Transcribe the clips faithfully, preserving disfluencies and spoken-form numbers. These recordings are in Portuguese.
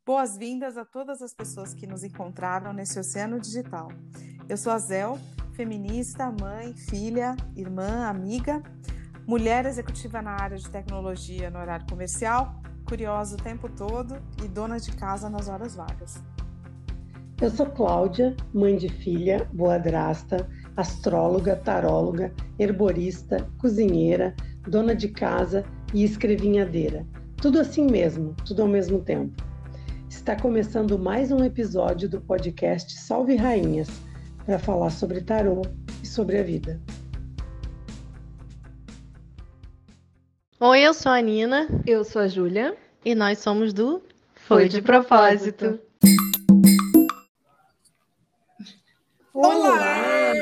Boas-vindas a todas as pessoas que nos encontraram nesse oceano digital. Eu sou a Zel, feminista, mãe, filha, irmã, amiga, mulher executiva na área de tecnologia no horário comercial, curiosa o tempo todo e dona de casa nas horas vagas. Eu sou Cláudia, mãe de filha, boadrasta, astróloga, taróloga, herborista, cozinheira, dona de casa e escrevinhadeira. Tudo assim mesmo, tudo ao mesmo tempo. Está começando mais um episódio do podcast Salve Rainhas, para falar sobre tarô e sobre a vida. Oi, eu sou a Nina. Eu sou a Júlia. E nós somos do Foi de Propósito. Olá!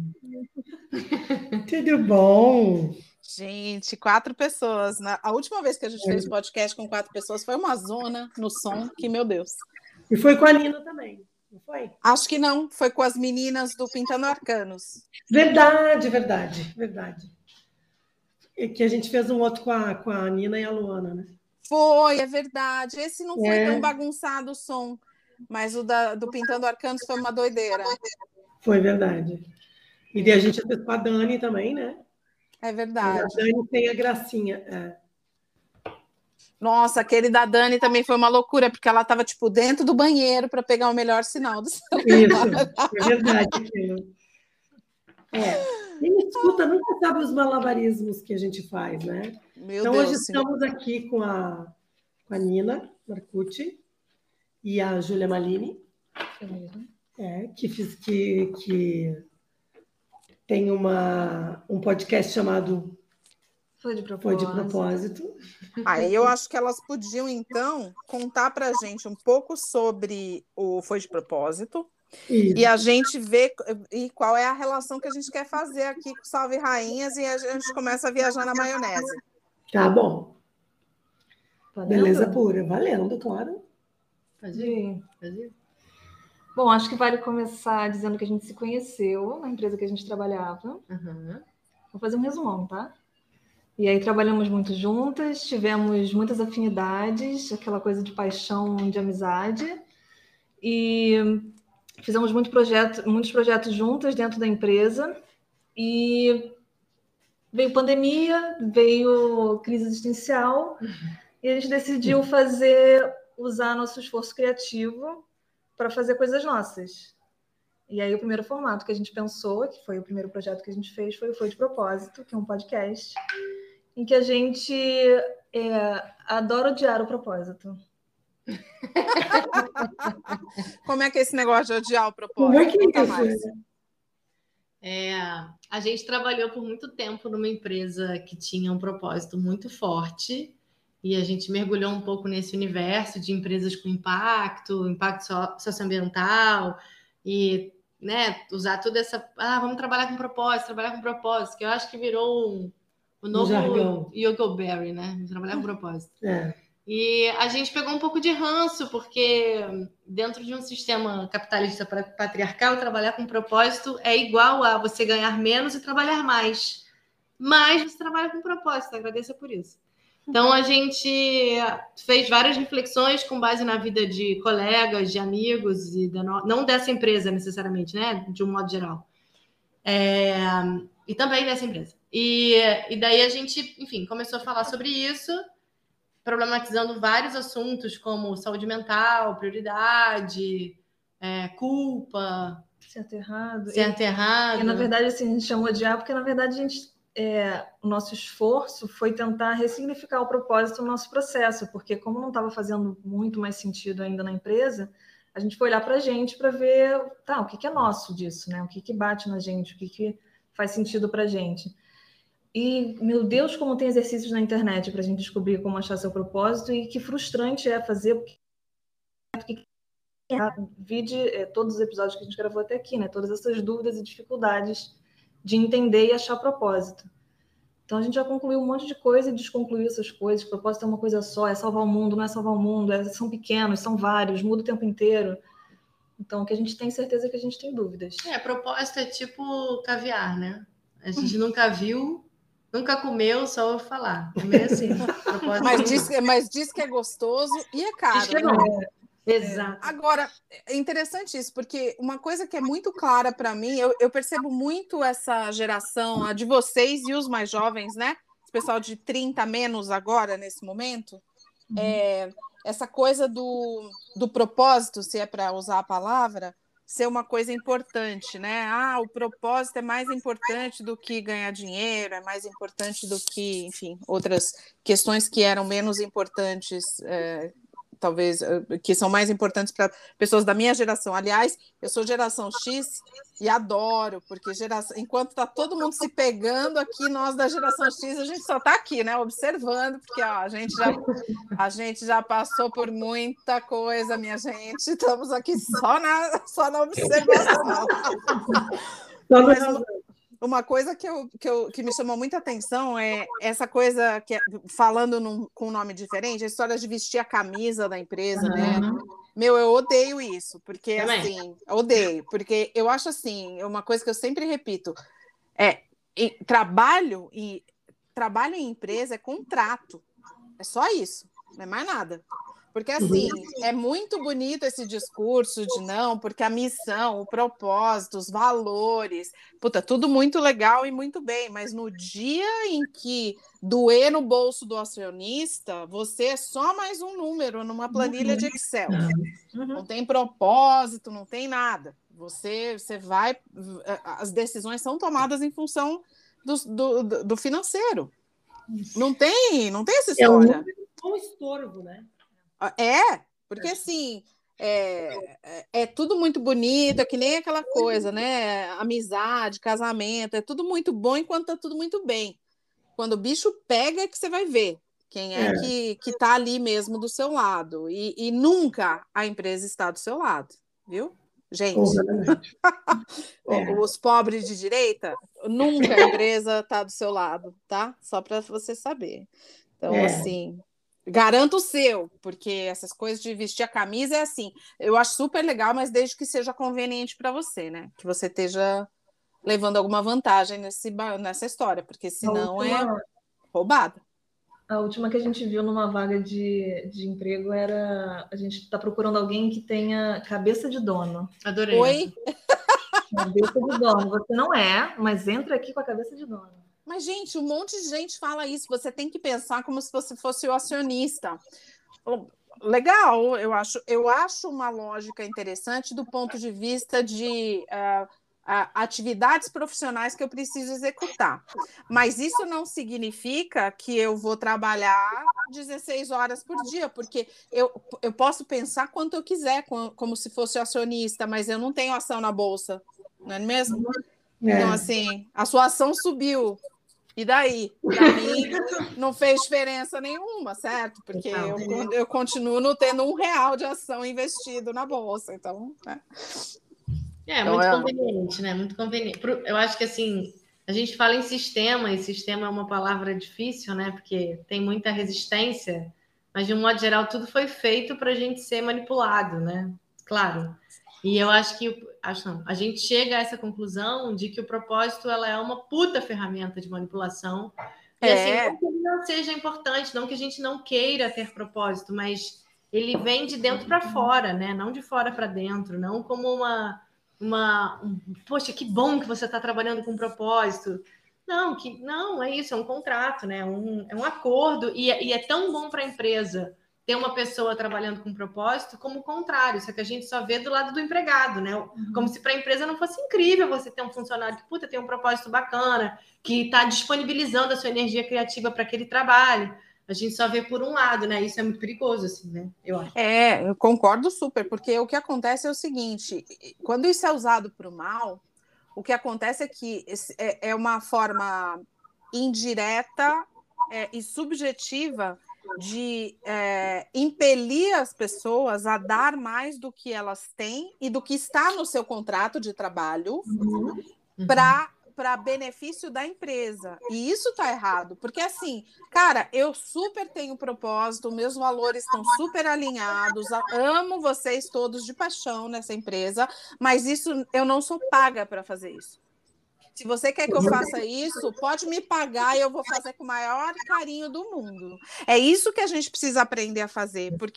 Tudo bom? Gente, quatro pessoas. Na... A última vez que a gente fez podcast com quatro pessoas foi uma zona no som, que, meu Deus. E foi com a Nina também, não foi? Acho que não, foi com as meninas do Pintando Arcanos. Verdade, verdade, verdade. É que a gente fez um outro com a, com a Nina e a Luana, né? Foi, é verdade. Esse não foi É. tão bagunçado o som, mas o da, do Pintando Arcanos foi uma doideira. Foi verdade. E daí a gente fez com a Dani também, né? É verdade. A Dani tem a gracinha. É. Nossa, aquele da Dani também foi uma loucura, porque ela estava tipo dentro do banheiro para pegar o melhor sinal do celular. Isso, é verdade aquilo. É. Quem escuta nunca sabe os malabarismos que a gente faz, né? Meu então, Deus, hoje estamos aqui com a, com a Nina Marcucci e a Júlia Malini, é, que, fiz, que, que tem uma, um podcast chamado Foi de Propósito. Foi de Propósito. Aí eu acho que elas podiam, então, contar para a gente um pouco sobre o Foi de Propósito. Isso. E a gente vê e qual é a relação que a gente quer fazer aqui com Salve Rainhas e a gente começa a viajar na maionese. Tá bom. Valendo? Beleza pura. Valendo, claro. Pode ir. Pode ir. Bom, acho que vale começar dizendo que a gente se conheceu na empresa que a gente trabalhava. Uhum. Vou fazer um resumão, tá? E aí trabalhamos muito juntas, tivemos muitas afinidades, aquela coisa de paixão, de amizade. E fizemos muito projeto, muitos projetos juntas dentro da empresa. E veio pandemia, veio crise existencial. Uhum. E a gente decidiu fazer, usar nosso esforço criativo para fazer coisas nossas. E aí o primeiro formato que a gente pensou, que foi o primeiro projeto que a gente fez, foi o Foi de Propósito, que é um podcast, em que a gente é, adora odiar o propósito. Como é que é esse negócio de odiar o propósito? Como é que é isso? É, a gente trabalhou por muito tempo numa empresa que tinha um propósito muito forte e a gente mergulhou um pouco nesse universo de empresas com impacto, impacto socioambiental e, né, usar toda essa... Ah, vamos trabalhar com propósito, trabalhar com propósito, que eu acho que virou um, o novo um Yogo Berry, né? Trabalhar com propósito. É. E a gente pegou um pouco de ranço, porque dentro de um sistema capitalista patriarcal, trabalhar com propósito é igual a você ganhar menos e trabalhar mais. Mas você trabalha com propósito, agradeça por isso. Então, a gente fez várias reflexões com base na vida de colegas, de amigos, e da no... não dessa empresa necessariamente, né? De um modo geral. É... E também dessa empresa. E, e daí a gente, enfim, começou a falar sobre isso, problematizando vários assuntos como saúde mental, prioridade, é, culpa, certo, errado. Certo, e, errado. E, na verdade, assim, a gente chamou de odiar porque, na verdade, a gente, é, o nosso esforço foi tentar ressignificar o propósito do nosso processo, porque como não estava fazendo muito mais sentido ainda na empresa, a gente foi olhar para a gente para ver, tá, o que, que é nosso disso, né? O que, que bate na gente, o que, que faz sentido para a gente. E, meu Deus, como tem exercícios na internet para a gente descobrir como achar seu propósito e que frustrante é fazer, porque vide é, todos os episódios que a gente gravou até aqui, né? Todas essas dúvidas e dificuldades de entender e achar propósito. Então, a gente já concluiu um monte de coisa e desconcluiu essas coisas. O propósito é uma coisa só, é salvar o mundo, não é salvar o mundo, é, são pequenos, são vários, muda o tempo inteiro. Então, o que a gente tem certeza é que a gente tem dúvidas. É, propósito é tipo caviar, né? A gente nunca viu... Nunca comeu, só ouve falar. É meio assim. mas, diz, mas diz que é gostoso e é caro. Diz que é né? bom. Exato. Agora, é interessante isso, porque uma coisa que é muito clara para mim, eu, eu percebo muito essa geração, a de vocês e os mais jovens, né? Esse pessoal de trinta menos agora, nesse momento, uhum. é, essa coisa do, do propósito, se é para usar a palavra, ser uma coisa importante, né? Ah, o propósito é mais importante do que ganhar dinheiro, é mais importante do que, enfim, outras questões que eram menos importantes, é, talvez, que são mais importantes para pessoas da minha geração. Aliás, eu sou geração X e adoro, porque geração, enquanto está todo mundo se pegando aqui, nós da geração X, a gente só está aqui, né, observando, porque ó, a, gente já, a gente já passou por muita coisa, minha gente, estamos aqui só na, só na observação. Mas uma, uma coisa que, eu, que, eu, que me chamou muita atenção é essa coisa, que falando num, com um nome diferente, a história de vestir a camisa da empresa, uhum. né? Meu, eu odeio isso, porque Também. assim, odeio, porque eu acho assim, uma coisa que eu sempre repito, é e, trabalho, e, trabalho em empresa é contrato, é só isso, não é mais nada. Porque, assim, é muito bonito esse discurso de não, porque a missão, o propósito, os valores, puta, tudo muito legal e muito bem, mas no dia em que doer no bolso do acionista, você é só mais um número numa planilha de Excel. Uhum. Não tem propósito, não tem nada. Você, você vai... As decisões são tomadas em função do, do, do financeiro. Não tem, não tem essa história. É um estorvo, né? É, porque assim, é, é, é tudo muito bonito, é que nem aquela coisa, né? Amizade, casamento, é tudo muito bom enquanto tá tudo muito bem. Quando o bicho pega é que você vai ver quem é, é. que, que tá ali mesmo do seu lado. E, e nunca a empresa está do seu lado, viu? Gente, é. Os pobres de direita, nunca a empresa tá do seu lado, tá? Só para você saber. Então, é. assim... Garanto o seu, porque essas coisas de vestir a camisa é assim, eu acho super legal, mas desde que seja conveniente para você, né? Que você esteja levando alguma vantagem nesse, nessa história, porque senão última, é roubada. A última que a gente viu numa vaga de, de emprego era, a gente está procurando alguém que tenha cabeça de dono. Adorei. Oi? Cabeça de dono, você não é, mas entra aqui com a cabeça de dono. Mas, gente, um monte de gente fala isso. Você tem que pensar como se você fosse o acionista. Legal, eu acho, eu acho uma lógica interessante do ponto de vista de uh, uh, atividades profissionais que eu preciso executar. Mas isso não significa que eu vou trabalhar dezesseis horas por dia, porque eu, eu posso pensar quanto eu quiser, como, como se fosse acionista, mas eu não tenho ação na bolsa, não é mesmo? É. Então, assim, a sua ação subiu. E daí? Para mim, não fez diferença nenhuma, certo? Porque eu, eu continuo não tendo um real de ação investido na bolsa. Então, né? É, então, muito é... conveniente, né? Muito conveniente. Eu acho que, assim, a gente fala em sistema, e sistema é uma palavra difícil, né? Porque tem muita resistência, mas, de um modo geral, tudo foi feito para a gente ser manipulado, né? Claro. E eu acho que acho não, a gente chega a essa conclusão de que o propósito ela é uma puta ferramenta de manipulação. E é. assim, não que ele não seja importante, não que a gente não queira ter propósito, mas ele vem de dentro para fora, né? Não de fora para dentro, não como uma, uma um, poxa, que bom que você está trabalhando com propósito. Não, que não, é isso, é um contrato, né? Um, é um acordo, e, e é tão bom para a empresa ter uma pessoa trabalhando com propósito, como o contrário, só que a gente só vê do lado do empregado, né? Uhum. Como se para a empresa não fosse incrível você ter um funcionário que, puta, tem um propósito bacana, que está disponibilizando a sua energia criativa para aquele trabalho. A gente só vê por um lado, né? Isso é muito perigoso, assim, né? Eu acho. É, eu concordo super, porque o que acontece é o seguinte, quando isso é usado para o mal, o que acontece é que é uma forma indireta é, e subjetiva de é, impelir as pessoas a dar mais do que elas têm e do que está no seu contrato de trabalho uhum. para para benefício da empresa. E isso tá errado, porque assim, cara, eu super tenho propósito, meus valores estão super alinhados, amo vocês todos de paixão nessa empresa, mas isso eu não sou paga para fazer isso. Se você quer que eu faça isso, pode me pagar e eu vou fazer com o maior carinho do mundo. É isso que a gente precisa aprender a fazer, porque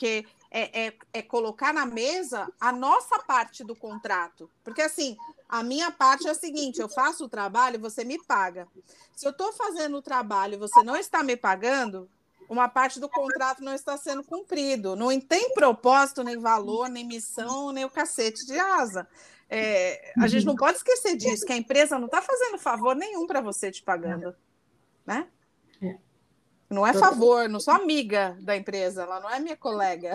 é, é, é colocar na mesa a nossa parte do contrato. Porque, assim, a minha parte é a seguinte, eu faço o trabalho, você me paga. Se eu estou fazendo o trabalho e você não está me pagando, uma parte do contrato não está sendo cumprido. Não tem propósito, nem valor, nem missão, nem o cacete de asa. É, a gente não pode esquecer disso, que a empresa não está fazendo favor nenhum para você te pagando. Né? É. Não é favor, não sou amiga da empresa, ela não é minha colega.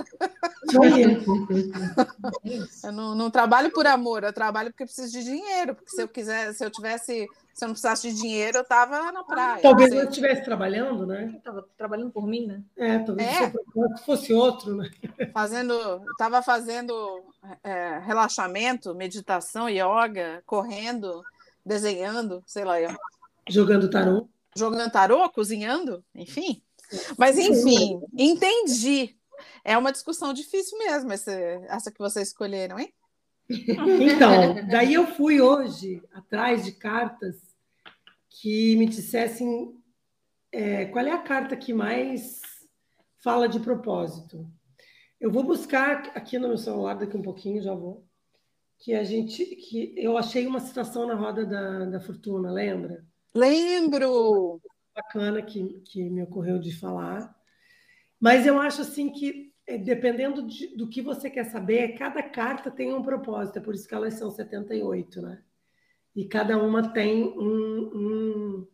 Eu não, não trabalho por amor, eu trabalho porque preciso de dinheiro, porque se eu quiser, se eu tivesse, se eu não precisasse de dinheiro, eu estava na praia. Talvez eu estivesse trabalhando, né? Estava trabalhando por mim, né? É, talvez É. o seu propósito fosse outro, né? Fazendo, estava fazendo é, relaxamento, meditação, yoga, correndo, desenhando, sei lá, eu. Jogando tarô. Jogando tarô, cozinhando, enfim. Mas, enfim, entendi. É uma discussão difícil mesmo, essa, essa que vocês escolheram, hein? Então, daí eu fui hoje atrás de cartas que me dissessem é, qual é a carta que mais fala de propósito. Eu vou buscar aqui no meu celular, daqui um pouquinho, já vou, que a gente, que eu achei uma citação na Roda da, da Fortuna, lembra? Lembro! Bacana que, que me ocorreu de falar. Mas eu acho assim que, dependendo de, do que você quer saber, cada carta tem um propósito, é por isso que elas são setenta e oito, né? E cada uma tem um, um,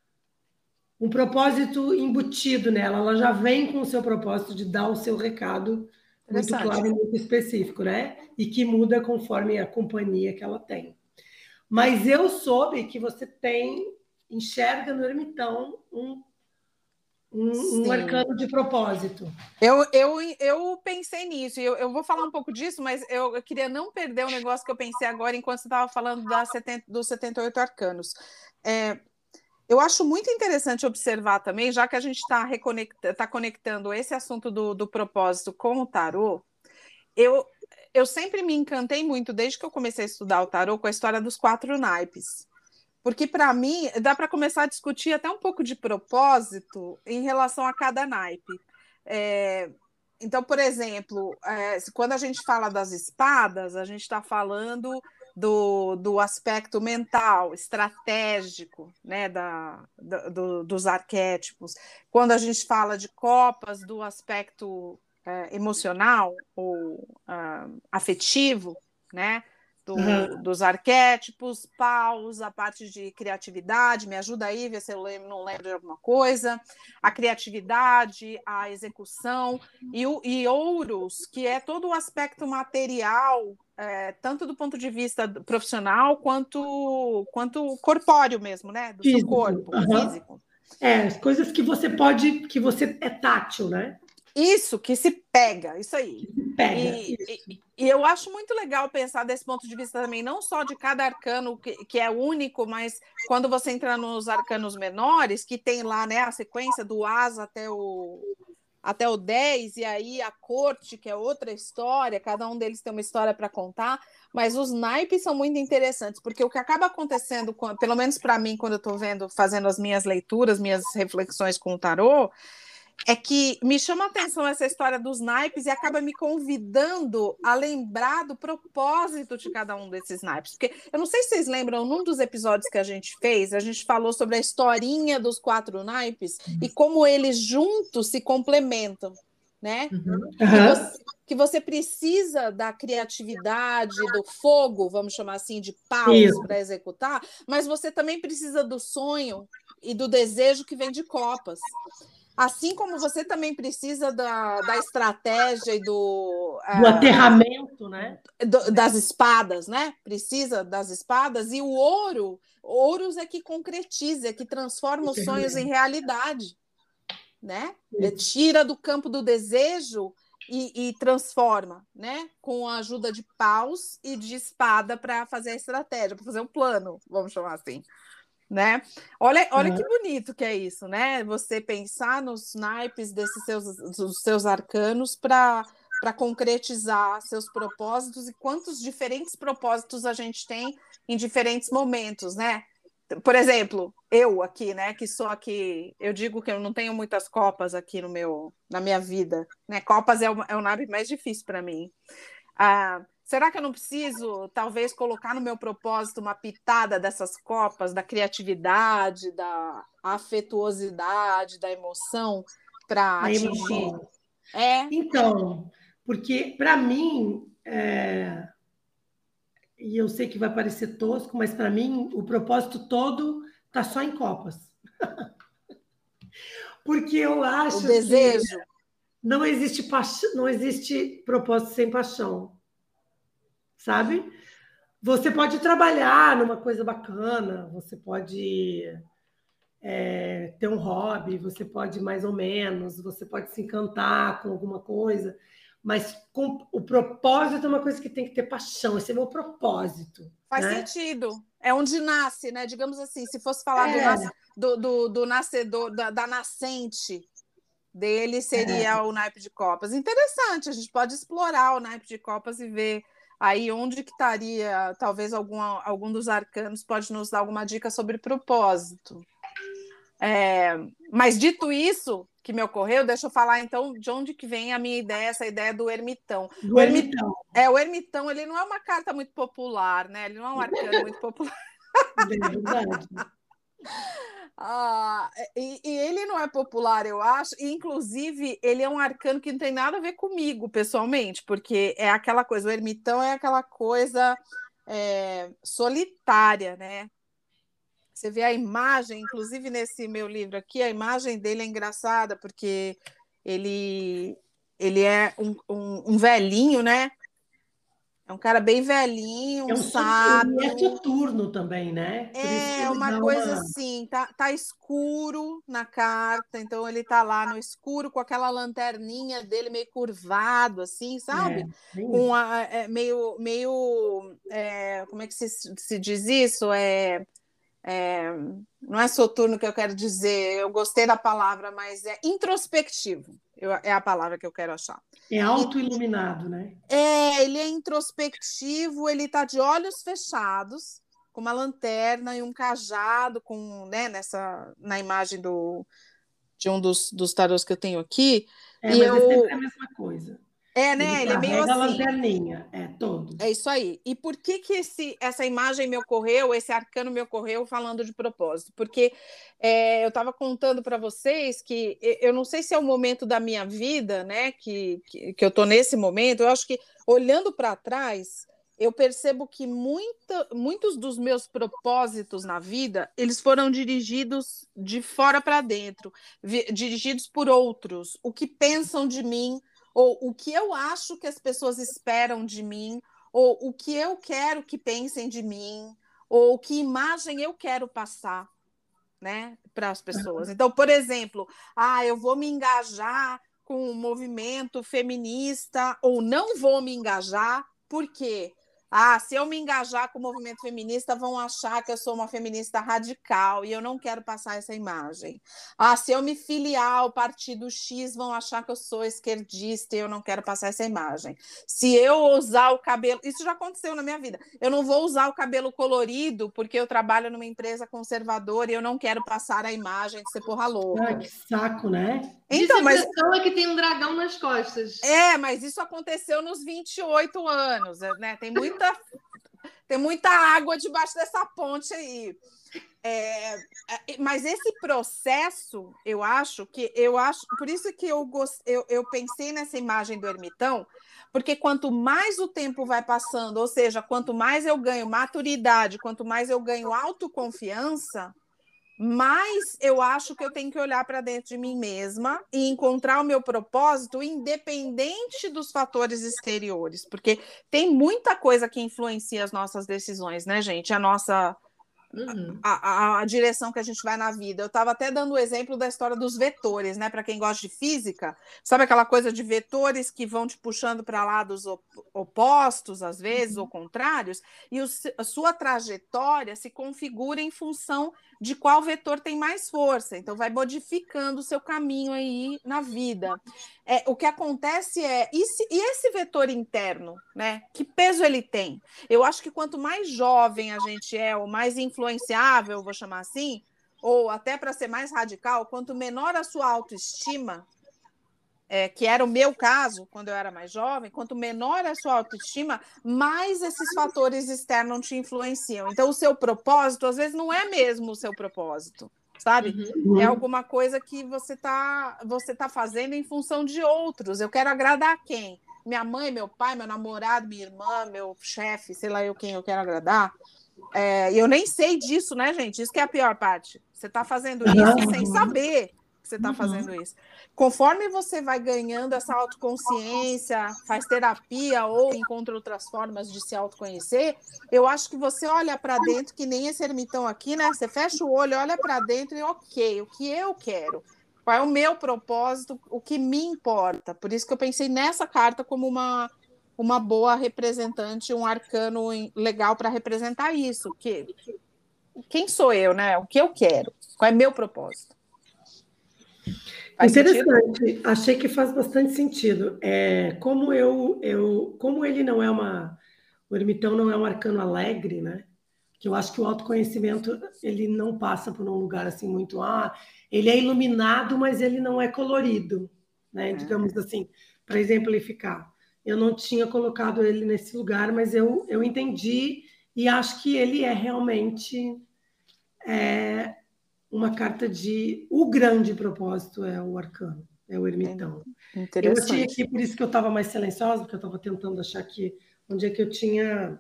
um propósito embutido nela, ela já vem com o seu propósito de dar o seu recado muito claro e muito específico, né? E que muda conforme a companhia que ela tem. Mas eu soube que você tem, enxerga no ermitão um Um, um arcano de propósito. Eu, eu, eu pensei nisso, eu, eu vou falar um pouco disso, mas eu, eu queria não perder o negócio que eu pensei agora enquanto você estava falando da setenta, dos setenta e oito arcanos. É, eu acho muito interessante observar também, já que a gente está tá conectando esse assunto do, do propósito com o tarô, eu, eu sempre me encantei muito, desde que eu comecei a estudar o tarô, com a história dos quatro naipes. Porque, para mim, dá para começar a discutir até um pouco de propósito em relação a cada naipe. É, então, por exemplo, é, quando a gente fala das espadas, a gente está falando do, do aspecto mental, estratégico, né, da, do, dos arquétipos. Quando a gente fala de copas, do aspecto é, emocional ou uh, afetivo, né? Do, uhum. Dos arquétipos, paus, a parte de criatividade, me ajuda aí, ver se eu lembro, não lembro de alguma coisa, a criatividade, a execução, e, o, e ouros, que é todo o aspecto material, é, tanto do ponto de vista profissional, quanto, quanto corpóreo mesmo, né? Do físico. Seu corpo, uhum. Físico. É, as coisas que você pode, que você é tátil, né? Isso, que se pega, isso aí. Pega, e, isso. E, e eu acho muito legal pensar desse ponto de vista também, não só de cada arcano que, que é único, mas quando você entra nos arcanos menores, que tem lá, né, a sequência do asa até o, até o dez, e aí a corte, que é outra história, cada um deles tem uma história para contar, mas os naipes são muito interessantes, porque o que acaba acontecendo, pelo menos para mim, quando eu estou vendo, fazendo as minhas leituras, minhas reflexões com o tarô, é que me chama a atenção essa história dos naipes e acaba me convidando a lembrar do propósito de cada um desses naipes. Porque eu não sei se vocês lembram, num dos episódios que a gente fez, a gente falou sobre a historinha dos quatro naipes e como eles juntos se complementam, né? Uhum. Que, você, que você precisa da criatividade, do fogo, vamos chamar assim, de paus para executar, mas você também precisa do sonho e do desejo que vem de copas. Assim como você também precisa da, da estratégia e do... Do uh, aterramento, né? Do, das espadas, né? Precisa das espadas. E o ouro, ouros é que concretiza, é que transforma os sonhos em realidade, né? É, tira do campo do desejo e, e transforma, né? Com a ajuda de paus e de espada para fazer a estratégia, para fazer um plano, vamos chamar assim. Né? Olha, olha que bonito que é isso, né? Você pensar nos naipes desses seus, dos seus arcanos para para concretizar seus propósitos e quantos diferentes propósitos a gente tem em diferentes momentos, né? por exemplo, eu aqui, né, que sou aqui, eu digo que eu não tenho muitas copas aqui no meu, na minha vida, né? Copas é o, é o naipe mais difícil para mim. Ah, será que eu não preciso, talvez, colocar no meu propósito uma pitada dessas copas, da criatividade, da afetuosidade, da emoção, para atingir? É. Então, porque para mim, é... e eu sei que vai parecer tosco, mas para mim o propósito todo está só em copas. Porque eu acho o desejo. que não existe paixão, não existe propósito sem paixão. Sabe? Você pode trabalhar numa coisa bacana, você pode é, ter um hobby, você pode mais ou menos, você pode se encantar com alguma coisa, mas com, o propósito é uma coisa que tem que ter paixão, esse é o meu propósito. Faz né? sentido. É onde nasce, né? Digamos assim, se fosse falar é. do, nas, do, do, do nascedor, da, da nascente dele, seria é. o naipe de copas. Interessante, a gente pode explorar o naipe de copas e ver aí onde que estaria, talvez algum, algum dos arcanos pode nos dar alguma dica sobre propósito. É, mas dito isso que me ocorreu, deixa eu falar então de onde que vem a minha ideia, essa ideia do ermitão. Do o ermitão. É, o ermitão, ele não é uma carta muito popular, né? Ele não é um arcano muito popular. É verdade. Ah, e, e ele não é popular, eu acho, e inclusive ele é um arcano que não tem nada a ver comigo, pessoalmente, porque é aquela coisa, o ermitão é aquela coisa é, solitária, né? Você vê a imagem, inclusive nesse meu livro aqui, a imagem dele é engraçada, porque ele, ele é um, um, um velhinho, né? É um cara bem velhinho, um é um sábio. Ele é soturno também, né? Por é uma coisa uma... assim, tá, tá escuro na carta, então ele tá lá no escuro com aquela lanterninha dele meio curvado, assim, sabe? É, com a, é, meio, meio é, como é que se, se diz isso? É, é, não é soturno que eu quero dizer, eu gostei da palavra, mas é introspectivo, eu, é a palavra que eu quero achar. É auto-iluminado, né? É, ele é introspectivo, ele tá de olhos fechados, com uma lanterna e um cajado, com, né, nessa, na imagem do, de um dos, dos tarôs que eu tenho aqui. É, e mas eu... é sempre a mesma coisa. É, né? Ele, ele é meio assim. A lanterninha, é todo. É isso aí. E por que que esse, essa imagem me ocorreu, esse arcano me ocorreu falando de propósito? Porque é, eu estava contando para vocês que eu não sei se é o momento da minha vida, né? Que, que, que eu estou nesse momento. Eu acho que olhando para trás, eu percebo que muita, muitos dos meus propósitos na vida, eles foram dirigidos de fora para dentro, vi, dirigidos por outros, o que pensam de mim, ou o que eu acho que as pessoas esperam de mim, ou o que eu quero que pensem de mim, ou que imagem eu quero passar, né, para as pessoas. Então, por exemplo, ah, eu vou me engajar com um movimento feminista, ou não vou me engajar, por quê? Ah, se eu me engajar com o movimento feminista, vão achar que eu sou uma feminista radical e eu não quero passar essa imagem. Ah, se eu me filiar ao partido X, vão achar que eu sou esquerdista e eu não quero passar essa imagem. Se eu usar o cabelo... Isso já aconteceu na minha vida. Eu não vou usar o cabelo colorido porque eu trabalho numa empresa conservadora e eu não quero passar a imagem de ser porra louca. Ah, que saco, né? Então, mas é que tem um dragão nas costas. É, mas isso aconteceu nos vinte e oito anos, né? Tem muita, tem muita água debaixo dessa ponte aí. É, mas esse processo, eu acho que eu acho, por isso que eu, gost, eu, eu pensei nessa imagem do ermitão, porque quanto mais o tempo vai passando, ou seja, quanto mais eu ganho maturidade, quanto mais eu ganho autoconfiança, mas eu acho que eu tenho que olhar para dentro de mim mesma e encontrar o meu propósito independente dos fatores exteriores, porque tem muita coisa que influencia as nossas decisões, né, gente? A nossa... Uhum. A, a, a direção que a gente vai na vida. Eu estava até dando o exemplo da história dos vetores, né? Para quem gosta de física, sabe aquela coisa de vetores que vão te puxando para lados opostos, às vezes, uhum. ou contrários, e o, a sua trajetória se configura em função de qual vetor tem mais força. Então, vai modificando o seu caminho aí na vida. É, o que acontece é, e, se, e esse vetor interno, né? Que peso ele tem? Eu acho que quanto mais jovem a gente é, ou mais influente influenciável, vou chamar assim, ou até para ser mais radical, quanto menor a sua autoestima, é, que era o meu caso quando eu era mais jovem, quanto menor a sua autoestima, mais esses fatores externos te influenciam. Então, o seu propósito, às vezes, não é mesmo o seu propósito, sabe? Uhum. É alguma coisa que você está você tá fazendo em função de outros. Eu quero agradar quem? Minha mãe, meu pai, meu namorado, minha irmã, meu chefe, sei lá eu quem eu quero agradar. É, e eu nem sei disso, né, gente? Isso que é a pior parte. Você está fazendo isso Uhum. sem saber que você está Uhum. fazendo isso. Conforme você vai ganhando essa autoconsciência, faz terapia ou encontra outras formas de se autoconhecer, eu acho que você olha para dentro, que nem esse ermitão aqui, né? Você fecha o olho, olha para dentro e ok, o que eu quero? Qual é o meu propósito? O que me importa? Por isso que eu pensei nessa carta como uma, uma boa representante, um arcano legal para representar isso. Que, quem sou eu, né? O que eu quero? Qual é meu propósito? Faz Interessante, sentido? achei que faz bastante sentido. É, como eu, eu, como ele não é uma, o ermitão não é um arcano alegre, né? Que eu acho que o autoconhecimento ele não passa por um lugar assim muito, ah, ele é iluminado, mas ele não é colorido, né? Digamos assim, para exemplificar. Eu não tinha colocado ele nesse lugar, mas eu, eu entendi e acho que ele é realmente é, uma carta de... O grande propósito é o arcano, é o ermitão. Eu achei aqui, por isso que eu estava mais silenciosa, porque eu estava tentando achar aqui onde é que eu tinha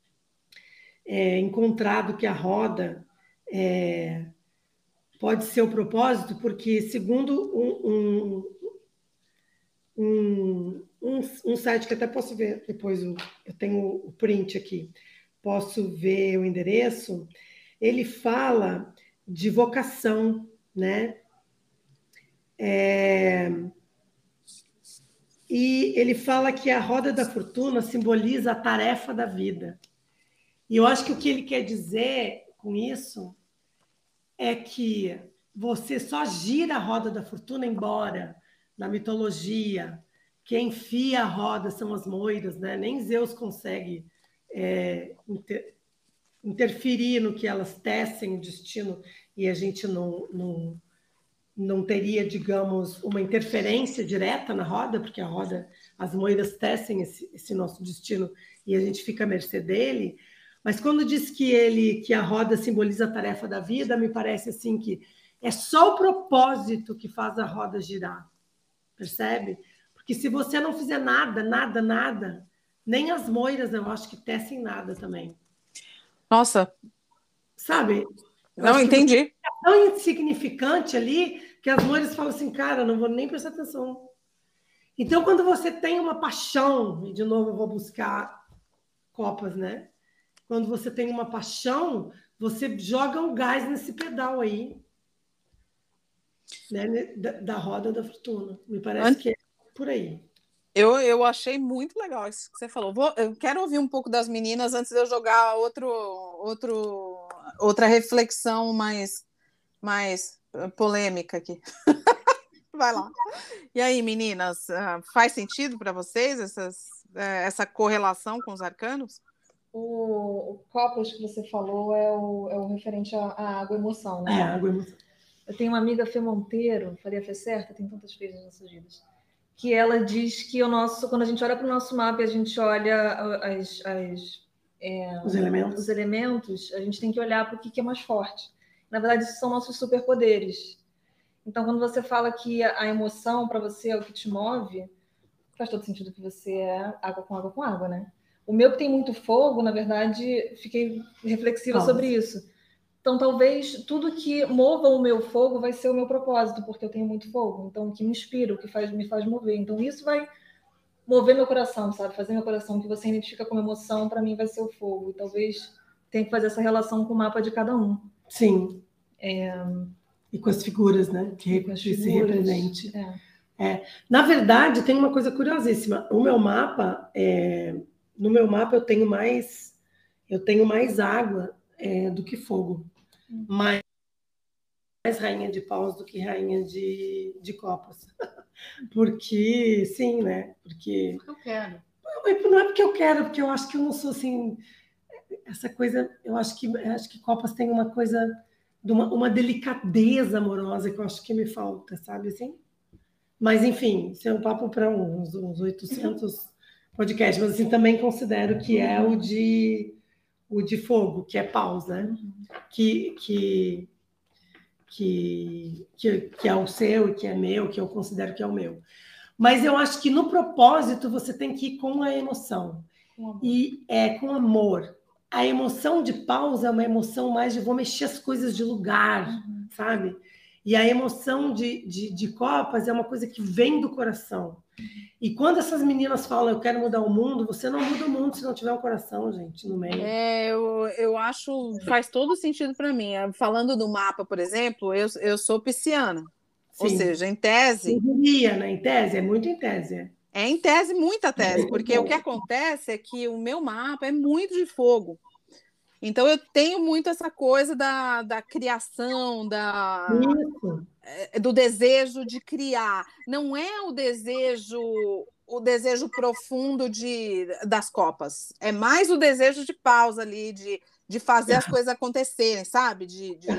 é, encontrado que a roda é, pode ser o propósito, porque segundo um, um, um, um, um site que até posso ver depois, eu, eu tenho o print aqui, posso ver o endereço, ele fala de vocação, né? É, e ele fala que a roda da fortuna simboliza a tarefa da vida. E eu acho que o que ele quer dizer com isso é que você só gira a roda da fortuna, embora na mitologia quem enfia a roda são as moiras, né? Nem Zeus consegue é, inter, interferir no que elas tecem o destino e a gente não, não, não teria, digamos, uma interferência direta na roda, porque a roda, as moedas tecem esse, esse nosso destino e a gente fica à mercê dele. Mas quando diz que ele, que a roda simboliza a tarefa da vida, me parece assim que é só o propósito que faz a roda girar, percebe? Porque se você não fizer nada, nada, nada, nem as moiras eu acho que tecem nada também. Nossa. Sabe? Eu não entendi. É tão insignificante ali que as moiras falam assim, cara, não vou nem prestar atenção. Então, quando você tem uma paixão, e de novo eu vou buscar copas, né? Quando você tem uma paixão, você joga um gás nesse pedal aí, né? Da, da roda da fortuna. Me parece Ant... que é por aí. Eu, eu achei muito legal isso que você falou. Vou, eu quero ouvir um pouco das meninas antes de eu jogar outro, outro, outra reflexão mais, mais polêmica aqui. Vai lá. E aí, meninas, faz sentido para vocês essas, essa correlação com os arcanos? O, o Copas que você falou é o, é o referente à, à água emoção, né? É, água emoção. Eu tenho uma amiga Fê Monteiro, falei a Fê certa, tem tantas Fês nas nossas vidas, que ela diz que o nosso, quando a gente olha para o nosso mapa e a gente olha as, as, é, os, elementos. os elementos, a gente tem que olhar para o que, que é mais forte. Na verdade, isso são nossos superpoderes. Então, quando você fala que a emoção para você é o que te move, faz todo sentido que você é água com água com água, né? O meu que tem muito fogo, na verdade, fiquei reflexiva Nossa. sobre isso. Então, talvez tudo que mova o meu fogo vai ser o meu propósito, porque eu tenho muito fogo. Então, o que me inspira, o que faz, me faz mover. Então, isso vai mover meu coração, sabe? Fazer meu coração, que você identifica como emoção, para mim vai ser o fogo. E talvez tenha que fazer essa relação com o mapa de cada um. Sim. É... E com as figuras, né? Que, com as que figuras, se represente. É. É. Na verdade, tem uma coisa curiosíssima. O meu mapa, é... no meu mapa eu tenho mais, eu tenho mais água é, do que fogo. Hum. Mais, mais rainha de paus do que rainha de, de copas. Porque, sim, né? Porque... Porque eu quero. Não é porque eu quero, porque eu acho que eu não sou assim... essa coisa, eu acho que, acho que Copas tem uma coisa, de uma, uma delicadeza amorosa que eu acho que me falta, sabe assim? Mas, enfim, isso é um papo para uns, uns oitocentos podcasts, mas assim, também considero que é o de, o de fogo, que é paus, né? Que, que, que, que, que é o seu e que é meu, que eu considero que é o meu. Mas eu acho que no propósito você tem que ir com a emoção. E é com amor. A emoção de pausa é uma emoção mais de vou mexer as coisas de lugar, uhum. sabe? E a emoção de, de, de Copas é uma coisa que vem do coração. E quando essas meninas falam eu quero mudar o mundo, você não muda o mundo se não tiver um coração, gente, no meio. É, eu, eu acho, faz todo sentido para mim. Falando do mapa, por exemplo, eu, eu sou pisciana. Sim. Ou seja, em tese... Eu diria, né? Em tese, é muito em tese. É em tese, muita tese, porque o que acontece é que o meu mapa é muito de fogo. Então, eu tenho muito essa coisa da, da criação, da, do desejo de criar. Não é o desejo, o desejo profundo de, das Copas. É mais o desejo de pausa ali, de, de fazer as coisas acontecerem, sabe? De, de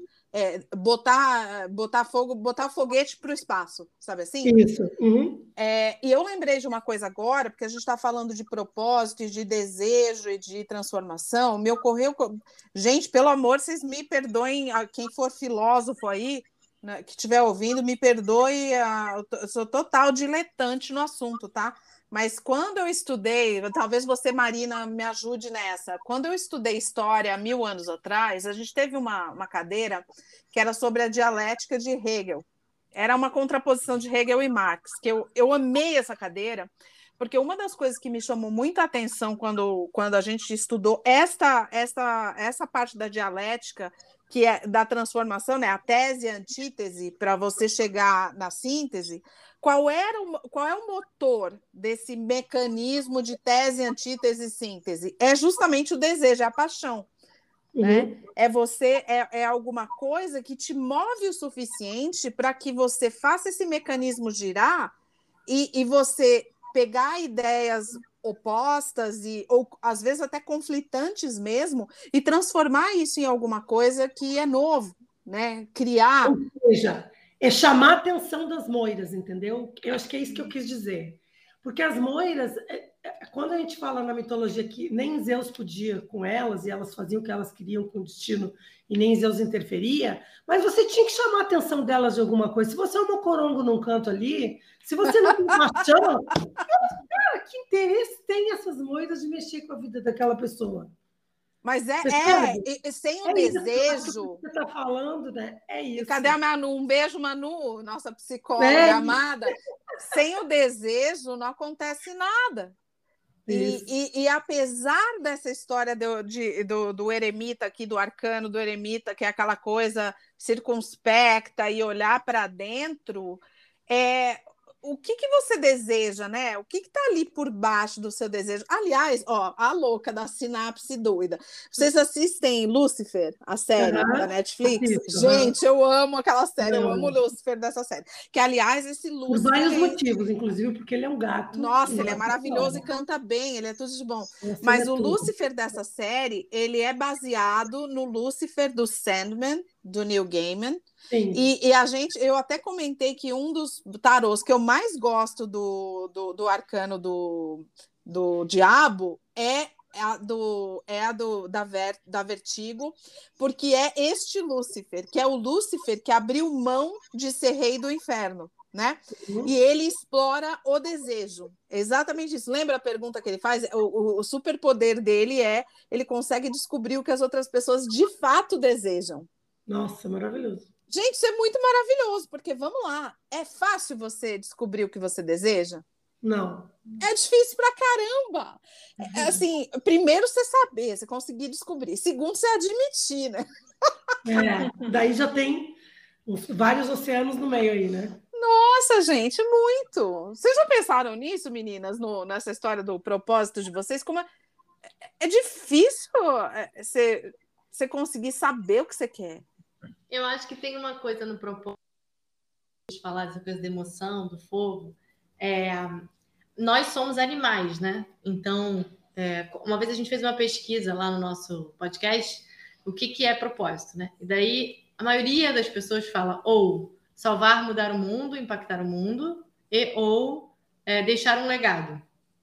é, botar, botar fogo, botar foguete para o espaço, sabe assim? Isso. Uhum. É, e eu lembrei de uma coisa agora, porque a gente está falando de propósito, e de desejo e de transformação. Me ocorreu. Gente, pelo amor, vocês me perdoem, quem for filósofo aí, né, que estiver ouvindo, me perdoe, eu sou total diletante no assunto, tá? Mas quando eu estudei, talvez você, Marina, me ajude nessa. Quando eu estudei história há mil anos atrás, a gente teve uma, uma cadeira que era sobre a dialética de Hegel. Era uma contraposição de Hegel e Marx, que eu, eu amei essa cadeira, porque uma das coisas que me chamou muita atenção quando, quando a gente estudou esta, esta, essa parte da dialética, que é da transformação, né, a tese e a antítese, para você chegar na síntese, qual, era o, qual é o motor desse mecanismo de tese, antítese e síntese? É justamente o desejo, é a paixão. Uhum. Né? É você é, é alguma coisa que te move o suficiente para que você faça esse mecanismo girar e, e você pegar ideias opostas e ou às vezes até conflitantes mesmo e transformar isso em alguma coisa que é novo, né? Criar. Ou seja, é chamar a atenção das moiras, entendeu? Eu acho que é isso que eu quis dizer. Porque as moiras, quando a gente fala na mitologia que nem Zeus podia com elas e elas faziam o que elas queriam com o destino e nem Zeus interferia, mas você tinha que chamar a atenção delas de alguma coisa. Se você é um mocorongo num canto ali, se você não tem paixão, cara, que interesse tem essas moiras de mexer com a vida daquela pessoa? Mas é, é, é sem o é desejo. Isso que você está falando, né? É isso. E cadê a Manu? Um beijo, Manu, nossa psicóloga é. amada. Sem o desejo não acontece nada. E, e, e apesar dessa história do, de, do, do eremita aqui, do arcano do eremita, que é aquela coisa circunspecta e olhar para dentro, é, o que, que você deseja, né? O que está ali por baixo do seu desejo? Aliás, ó, a louca da sinapse doida. Vocês assistem Lucifer, a série uhum. da Netflix? Assisto, Gente, uhum. eu amo aquela série, eu, eu amo o Lucifer dessa série. Que, aliás, esse Lucifer... Por vários motivos, inclusive, porque ele é um gato. Nossa, ele é maravilhoso e canta bem, ele é tudo de bom. Esse Mas é o tudo. Lucifer dessa série, ele é baseado no Lucifer do Sandman, do Neil Gaiman. E, e a gente, eu até comentei que um dos tarôs que eu mais gosto do, do, do arcano do, do diabo é a do, é a do da, Ver, da Vertigo, porque é este Lúcifer, que é o Lúcifer que abriu mão de ser rei do inferno. Né? Uhum. E ele explora o desejo. Exatamente isso. Lembra a pergunta que ele faz? O, o, o superpoder dele é ele consegue descobrir o que as outras pessoas de fato desejam. Nossa, maravilhoso. Gente, isso é muito maravilhoso, porque vamos lá, é fácil você descobrir o que você deseja? Não. É difícil pra caramba. Uhum. É, assim, primeiro você saber, você conseguir descobrir. Segundo, você admitir, né? É, daí já tem uns, vários oceanos no meio aí, né? Nossa, gente, muito. Vocês já pensaram nisso, meninas, no, nessa história do propósito de vocês? Como é, é difícil você, você conseguir saber o que você quer. Eu acho que tem uma coisa no propósito de falar dessa coisa da emoção, do fogo. É, nós somos animais, né? Então, é, uma vez a gente fez uma pesquisa lá no nosso podcast, o que, que é propósito, né? E daí a maioria das pessoas fala ou salvar, mudar o mundo, impactar o mundo, e ou é, deixar um legado.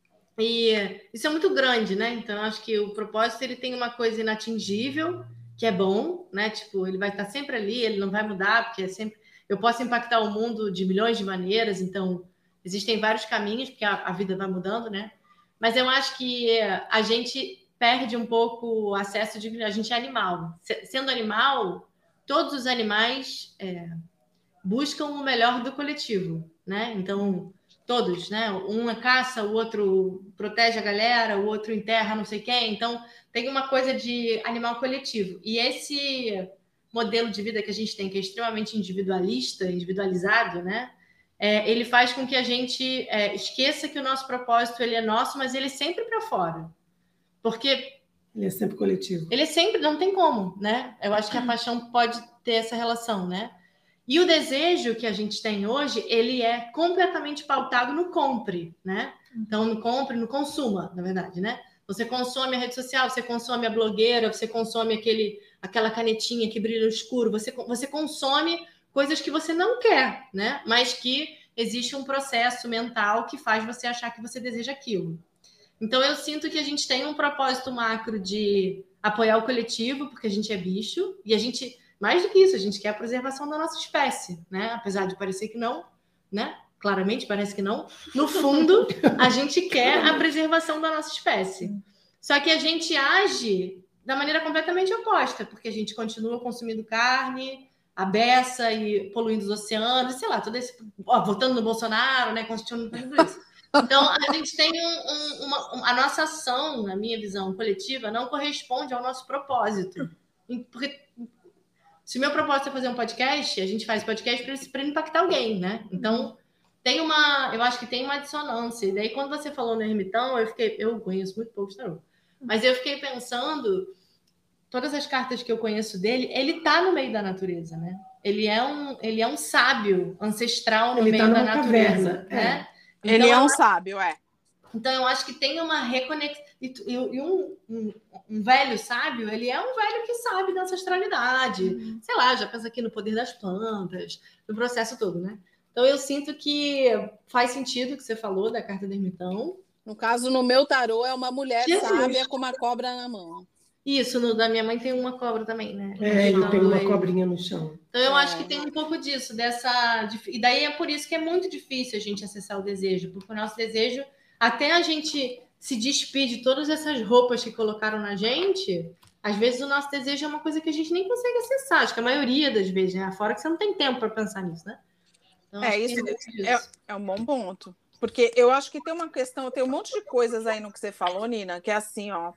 E isso é muito grande, né? Então, eu acho que o propósito ele tem uma coisa inatingível, que é bom, né? Tipo, ele vai estar sempre ali, ele não vai mudar, porque é sempre. Eu posso impactar o mundo de milhões de maneiras, então existem vários caminhos, porque a, a vida vai mudando, né? Mas eu acho que a gente perde um pouco o acesso de. A gente é animal. Sendo animal, todos os animais é, buscam o melhor do coletivo, né? Então. Todos, né? Um é caça, o outro protege a galera, o outro enterra não sei quem. Então, tem uma coisa de animal coletivo. E esse modelo de vida que a gente tem, que é extremamente individualista, individualizado, né? É, ele faz com que a gente é, esqueça que o nosso propósito ele é nosso, mas ele é sempre para fora. Porque... Ele é sempre coletivo. Ele é sempre... Não tem como, né? Eu acho que a paixão pode ter essa relação, né? E o desejo que a gente tem hoje, ele é completamente pautado no compre, né? Então, no compre, no consuma, na verdade, né? Você consome a rede social, você consome a blogueira, você consome aquele, aquela canetinha que brilha no escuro, você, você consome coisas que você não quer, né? Mas que existe um processo mental que faz você achar que você deseja aquilo. Então, eu sinto que a gente tem um propósito macro de apoiar o coletivo, porque a gente é bicho, e a gente... Mais do que isso, a gente quer a preservação da nossa espécie, né? Apesar de parecer que não, né? Claramente parece que não. No fundo, a gente quer a preservação da nossa espécie. Só que a gente age da maneira completamente oposta, porque a gente continua consumindo carne, a beça e poluindo os oceanos, sei lá, todo esse... Ó, votando no Bolsonaro, né? Continuando tudo isso. Então, a gente tem um, um, uma... Um, a nossa ação, na minha visão coletiva, não corresponde ao nosso propósito. Porque... Se o meu propósito é fazer um podcast, a gente faz podcast para impactar alguém, né? Então, tem uma... Eu acho que tem uma dissonância. E daí, quando você falou no ermitão, eu fiquei... Eu conheço muito pouco tarô. Mas eu fiquei pensando... Todas as cartas que eu conheço dele, ele tá no meio da natureza, né? Ele é um, ele é um sábio ancestral no ele meio tá da natureza, natureza, é. né? Ele então, é um sábio, é. Então, eu acho que tem uma reconexão. E, e um, um, um velho sábio, ele é um velho que sabe da ancestralidade. Uhum. Sei lá, já pensa aqui no poder das plantas, no processo todo, né? Então, eu sinto que faz sentido o que você falou da carta do ermitão. No caso, no meu tarô, é uma mulher Jesus. sábia com uma cobra na mão. Isso, no da minha mãe tem uma cobra também, né? É, ele tem uma cobrinha no chão. Então, eu é. acho que tem um pouco disso, dessa... E daí é por isso que é muito difícil a gente acessar o desejo, porque o nosso desejo... Até a gente se despir de todas essas roupas que colocaram na gente, às vezes o nosso desejo é uma coisa que a gente nem consegue acessar. Acho que a maioria das vezes, né? Fora que você não tem tempo para pensar nisso, né? Então, é, isso é, é um bom ponto. Porque eu acho que tem uma questão, tem um monte de coisas aí no que você falou, Nina, que é assim, ó.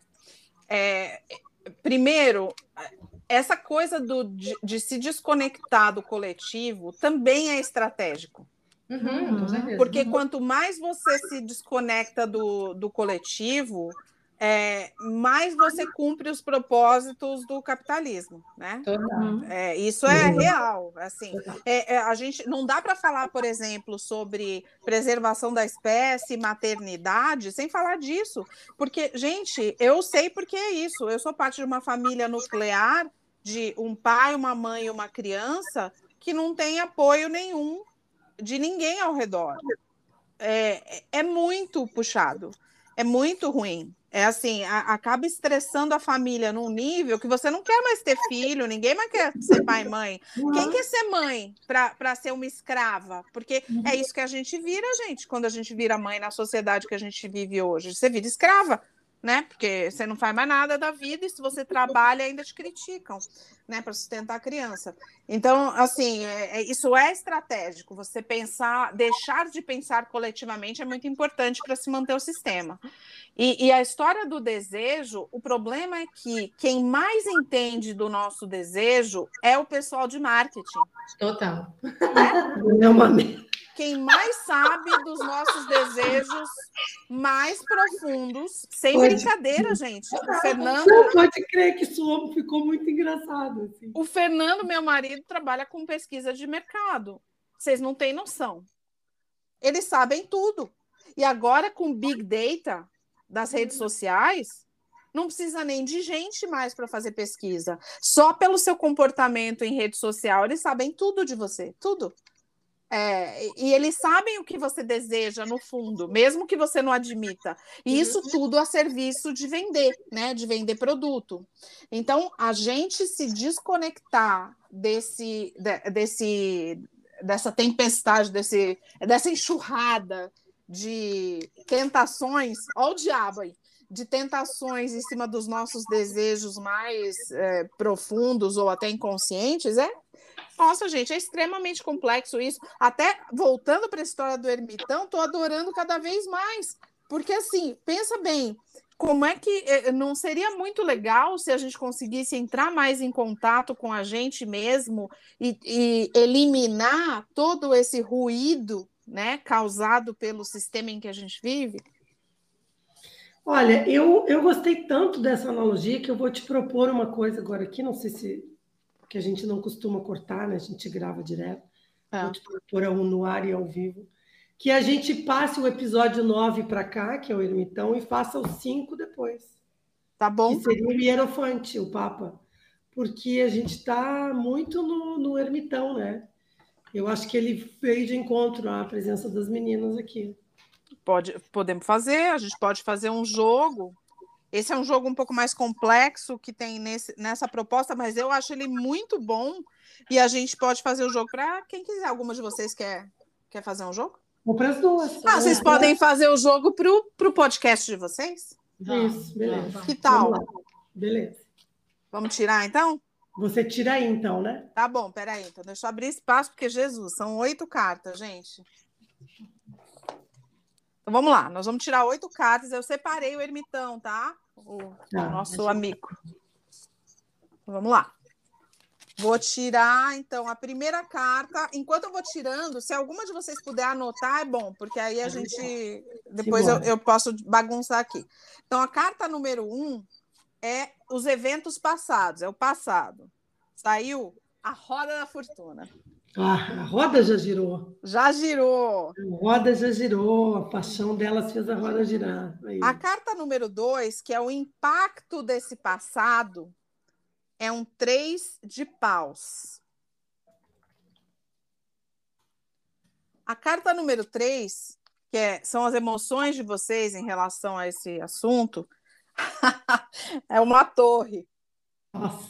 É, primeiro, essa coisa do, de, de se desconectar do coletivo também é estratégico. Uhum, com certeza. Porque uhum. quanto mais você se desconecta do, do coletivo, é, mais você cumpre os propósitos do capitalismo, né? Total. É, isso é real. Assim, é, é, a gente não dá para falar, por exemplo, sobre preservação da espécie, maternidade, sem falar disso. Porque, gente, eu sei porque é isso. Eu sou parte de uma família nuclear de um pai, uma mãe e uma criança que não tem apoio nenhum de ninguém ao redor. É, é muito puxado, é muito ruim. É assim, a, acaba estressando a família num nível que você não quer mais ter filho, ninguém mais quer ser pai e mãe. Uhum. Quem quer ser mãe para ser uma escrava? Porque uhum. é isso que a gente vira, gente, quando a gente vira mãe na sociedade que a gente vive hoje. Você vira escrava, né? Porque você não faz mais nada da vida e se você trabalha ainda te criticam, né? Para sustentar a criança. Então, assim, é, é, isso é estratégico. Você pensar, deixar de pensar coletivamente é muito importante para se manter o sistema. E, e a história do desejo, o problema é que quem mais entende do nosso desejo é o pessoal de marketing. Total. Né? É uma merda. Quem mais sabe dos nossos desejos mais profundos, sem pode brincadeira, crer. Gente. O Fernando... Não pode crer que isso ficou muito engraçado. Assim. O Fernando, meu marido, trabalha com pesquisa de mercado. Vocês não têm noção. Eles sabem tudo. E agora, com Big Data, das redes sociais, não precisa nem de gente mais para fazer pesquisa. Só pelo seu comportamento em rede social, eles sabem tudo de você, tudo. É, e eles sabem o que você deseja no fundo, mesmo que você não admita. E isso tudo a serviço de vender, né? De vender produto. Então, a gente se desconectar desse, desse, dessa tempestade, desse, dessa enxurrada de tentações, olha o diabo aí, de tentações em cima dos nossos desejos mais é, profundos ou até inconscientes, é? Nossa, gente, é extremamente complexo isso. Até voltando para a história do ermitão, estou adorando cada vez mais. Porque, assim, pensa bem, como é que não seria muito legal se a gente conseguisse entrar mais em contato com a gente mesmo e, e eliminar todo esse ruído, né, causado pelo sistema em que a gente vive? Olha, eu, eu gostei tanto dessa analogia que eu vou te propor uma coisa agora aqui, não sei se... que a gente não costuma cortar, né? A gente grava direto. É. Vou te propor no ar e ao vivo. Que a gente passe o episódio nove para cá, que é o ermitão, e faça o cinco depois. Tá bom. Que seria o hierofante, o Papa. Porque a gente está muito no, no ermitão, né? Eu acho que ele veio de encontro à presença das meninas aqui. Pode, podemos fazer, a gente pode fazer um jogo. Esse é um jogo um pouco mais complexo que tem nesse, nessa proposta, mas eu acho ele muito bom e a gente pode fazer o jogo para quem quiser. Alguma de vocês quer, quer fazer um jogo? Ou para as duas. Ah, vocês podem fazer o jogo para o podcast de vocês? Isso, beleza. Que tal? Beleza. Vamos tirar, então? Você tira aí, então, né? Tá bom, peraí. Então, deixa eu abrir espaço, porque, Jesus, são oito cartas, gente. Então, vamos lá. Nós vamos tirar oito cartas. Eu separei o ermitão, tá? O, tá, o nosso amigo. Então, vamos lá. Vou tirar, então, a primeira carta. Enquanto eu vou tirando, se alguma de vocês puder anotar, é bom, porque aí a gente... Depois eu, eu posso bagunçar aqui. Então, a carta número um é os eventos passados, é o passado. Saiu a Roda da Fortuna. Ah, a roda já girou. Já girou. A roda já girou, a paixão delas fez a roda girar. Aí. A carta número dois, que é o impacto desse passado, é um três de paus. A carta número três, que é, são as emoções de vocês em relação a esse assunto, é uma torre. Nossa.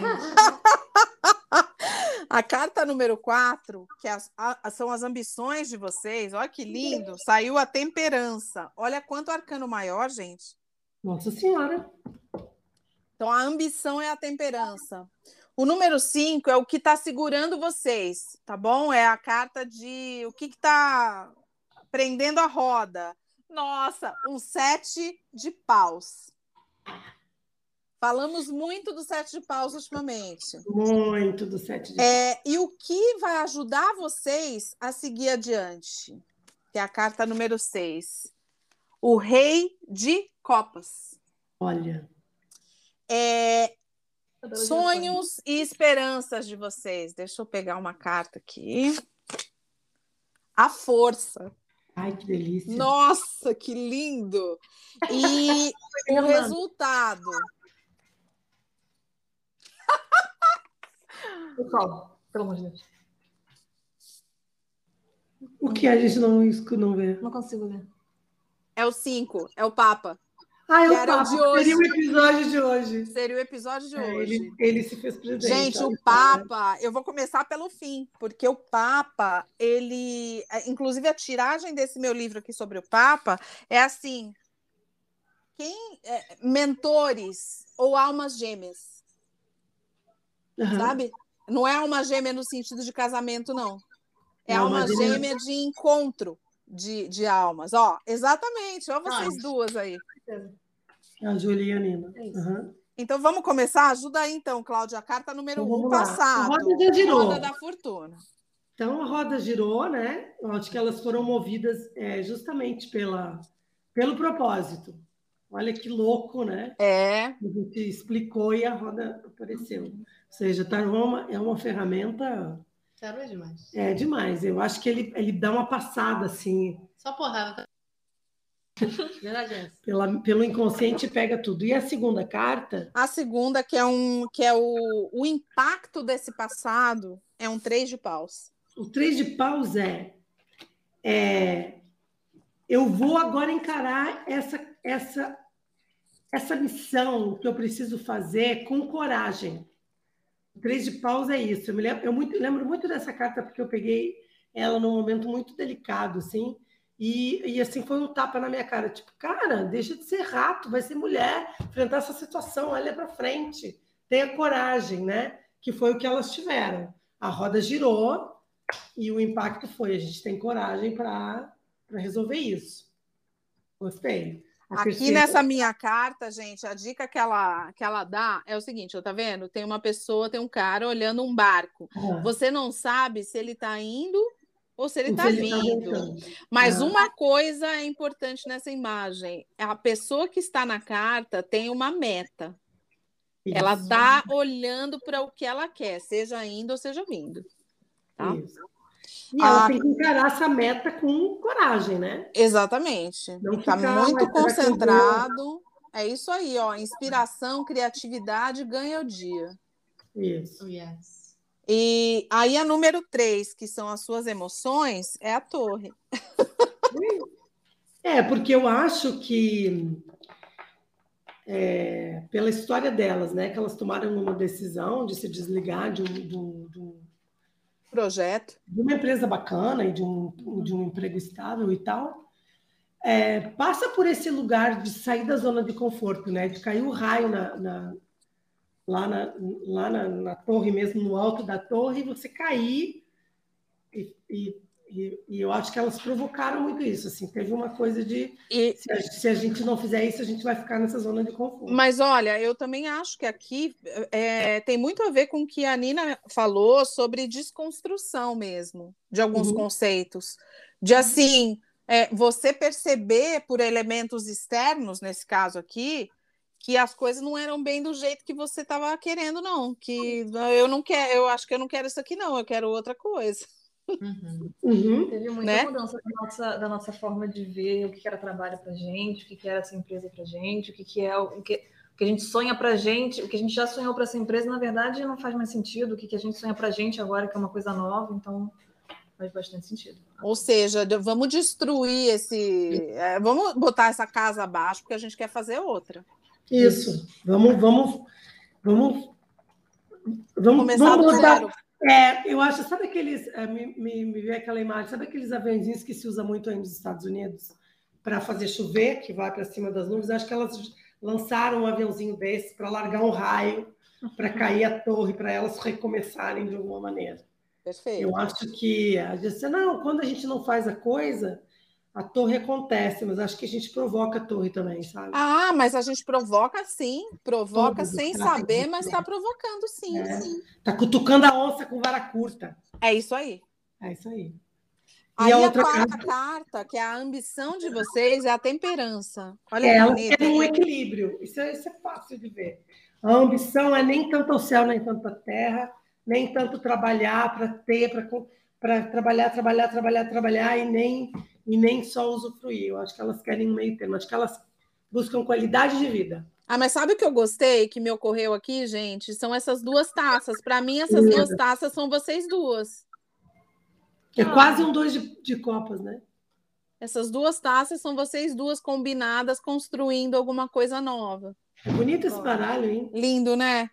A carta número quatro, que as, a, são as ambições de vocês, olha que lindo, saiu a temperança. Olha quanto arcano maior, gente. Nossa Senhora. Então, a ambição é a temperança. O número cinco é o que está segurando vocês, tá bom? É a carta de o que está prendendo a roda. Nossa, um sete de paus. Falamos muito do sete de paus ultimamente. Muito do sete de paus. É, e o que vai ajudar vocês a seguir adiante? Que é a carta número seis. O Rei de Copas. Olha. É, sonhos e esperanças de vocês. Deixa eu pegar uma carta aqui. A Força. Ai, que delícia. Nossa, que lindo! E o resultado... Pessoal, pelo amor de Deus. O que a gente não, não vê? Não consigo ler. É o cinco, é o Papa. Ah, é o Papa. De hoje. Seria o episódio de hoje. Seria o episódio de é, hoje. Ele, ele se fez presidente. Gente, o Papa, eu vou começar pelo fim, porque o Papa, ele... Inclusive, a tiragem desse meu livro aqui sobre o Papa é assim... Quem... É, mentores ou almas gêmeas. Uhum. Sabe? Não é alma gêmea no sentido de casamento, não. É, é alma gêmea de encontro de, de almas. Ó, exatamente. Ó, vocês ah, duas aí. A Júlia e a Nina. Uhum. Então, vamos começar? Ajuda aí, então, Cláudia. A carta número então, um, passado. A roda já girou. Roda da Fortuna. Então, a roda girou, né? Eu acho que elas foram movidas é, justamente pela, pelo propósito. Olha que louco, né? É. A gente explicou e a roda apareceu. Ou seja, tarô é uma, é uma ferramenta... Tarô é demais. É demais. Eu acho que ele, ele dá uma passada, assim... Só porrada. Verdade é essa. Pela, pelo inconsciente pega tudo. E a segunda carta? A segunda, que é, um, que é o, o impacto desse passado, é um três de paus. O três de paus é, é eu vou agora encarar essa, essa, essa missão que eu preciso fazer com coragem. O três de paus é isso. Eu, me lembro, eu muito, lembro muito dessa carta porque eu peguei ela num momento muito delicado, assim, e, e assim foi um tapa na minha cara. Tipo, cara, deixa de ser rato, vai ser mulher, enfrentar essa situação, olha para frente, tenha coragem, né? Que foi o que elas tiveram. A roda girou e o impacto foi, a gente tem coragem para resolver isso. Gostei. A Aqui terceira... nessa minha carta, gente, a dica que ela, que ela dá é o seguinte, ó, tá vendo? Tem uma pessoa, tem um cara olhando um barco. Ah. Você não sabe se ele está indo ou se ele está vindo. Tá Mas ah. uma coisa é importante nessa imagem. A pessoa que está na carta tem uma meta. Isso. Ela está olhando para o que ela quer, seja indo ou seja vindo. Tá? Isso. E ela ah, tem que encarar essa meta com coragem, né? Exatamente. Está muito concentrado. É isso aí, ó. Inspiração, criatividade, ganha o dia. Isso. Yes. E aí a número três, que são as suas emoções, é a torre. É, porque eu acho que é, pela história delas, né? Que elas tomaram uma decisão de se desligar de um, de um, de um projeto. De uma empresa bacana e de um, de um emprego estável e tal, é, passa por esse lugar de sair da zona de conforto, né? De cair o raio na, na, lá, na, lá na, na torre mesmo, no alto da torre, e você cair. E, e, e, e eu acho que elas provocaram muito isso. Assim, teve uma coisa de e... se, a, se a gente não fizer isso, a gente vai ficar nessa zona de conforto. Mas olha, eu também acho que aqui é, tem muito a ver com o que a Nina falou sobre desconstrução mesmo, de alguns uhum. conceitos. De assim, é, você perceber por elementos externos, nesse caso aqui, que as coisas não eram bem do jeito que você estava querendo, não. Que eu não quero, eu acho que eu não quero isso aqui, não, eu quero outra coisa. Uhum. Uhum. Teve muita né? mudança da nossa, da nossa forma de ver o que era trabalho para gente, o que era essa empresa para gente, o que é o que, o que a gente sonha para gente, o que a gente já sonhou para essa empresa, na verdade, não faz mais sentido. O que a gente sonha para gente agora, que é uma coisa nova, então faz bastante sentido. Ou seja, vamos destruir esse. É, vamos botar essa casa abaixo, porque a gente quer fazer outra. Isso. Vamos, vamos, vamos, vamos começar vamos do botar... zero. É, eu acho, sabe aqueles, me, me, me veio aquela imagem, sabe aqueles aviãozinhos que se usa muito aí nos Estados Unidos para fazer chover, que vai para cima das nuvens? Acho que elas lançaram um aviãozinho desse para largar um raio, para cair a torre, para elas recomeçarem de alguma maneira. Perfeito. Eu acho que, a gente, não, quando a gente não faz a coisa, a torre acontece, mas acho que a gente provoca a torre também, sabe? Ah, mas a gente provoca sim, provoca Todos sem saber, mas está provocando sim. É. sim. Tá cutucando a onça com vara curta. É isso aí. É isso aí. Aí e a, a outra quarta carta... carta, que é a ambição de vocês, é a temperança. Olha é, ela tem um equilíbrio. Isso é, isso é fácil de ver. A ambição é nem tanto ao céu, nem tanto à terra, nem tanto trabalhar para ter, para trabalhar, trabalhar, trabalhar, trabalhar e nem, e nem só usufruir. Eu acho que elas querem um meio termo. Acho que elas buscam qualidade de vida. Ah, mas sabe o que eu gostei, que me ocorreu aqui, gente? São essas duas taças. Para mim, essas é. duas taças são vocês duas. É ah. quase um dois de, de copas, né? Essas duas taças são vocês duas combinadas, construindo alguma coisa nova. É bonito esse baralho, hein? Lindo, né?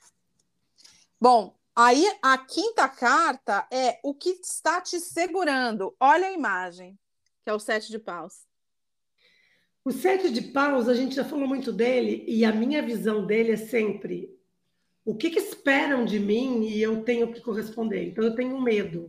Bom, aí a quinta carta é o que está te segurando. Olha a imagem, que é o sete de paus. O sete de paus, a gente já falou muito dele, e a minha visão dele é sempre o que, que esperam de mim e eu tenho que corresponder. Então, eu tenho medo.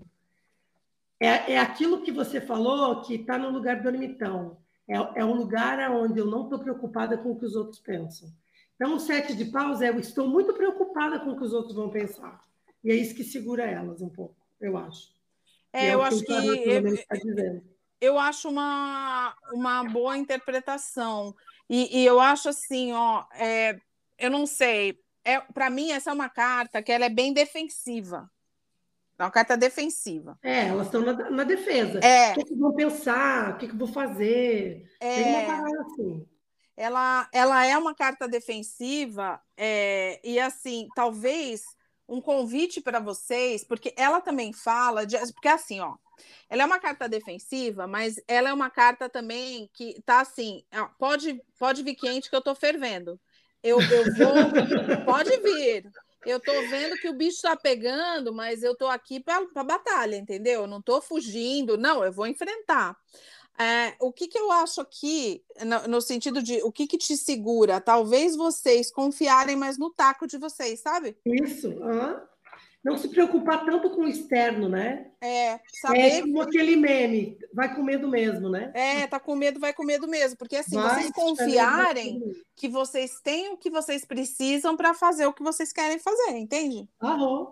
É, é aquilo que você falou que está no lugar do ermitão. É, é um lugar onde eu não estou preocupada com o que os outros pensam. Então, o sete de paus é eu estou muito preocupada com o que os outros vão pensar. E é isso que segura elas um pouco, eu acho. É, é eu acho que... Eu, está dizendo. eu acho uma, uma boa interpretação. E, e eu acho assim, ó, é, eu não sei, é, para mim essa é uma carta que ela é bem defensiva. É uma carta defensiva. É, elas estão na, na defesa. É. O que, que vão pensar? O que, que eu vou fazer? É. Tem uma parada assim. Ela, ela é uma carta defensiva, é, e assim, talvez um convite para vocês, porque ela também fala de. Porque assim, ó, ela é uma carta defensiva, mas ela é uma carta também que tá assim, ó, pode, pode vir quente que eu tô fervendo. Eu, eu vou. Pode vir. Eu tô vendo que o bicho tá pegando, mas eu tô aqui para batalha, entendeu? Eu não tô fugindo, não, eu vou enfrentar. É, o que, que eu acho aqui, no, no sentido de o que, que te segura? Talvez vocês confiarem mais no taco de vocês, sabe? Isso. Ah. Não se preocupar tanto com o externo, né? É, saber... É como aquele meme, vai com medo mesmo, né? É, tá com medo, vai com medo mesmo. Porque assim, vai, vocês confiarem que vocês têm o que vocês precisam para fazer o que vocês querem fazer, entende? Aham.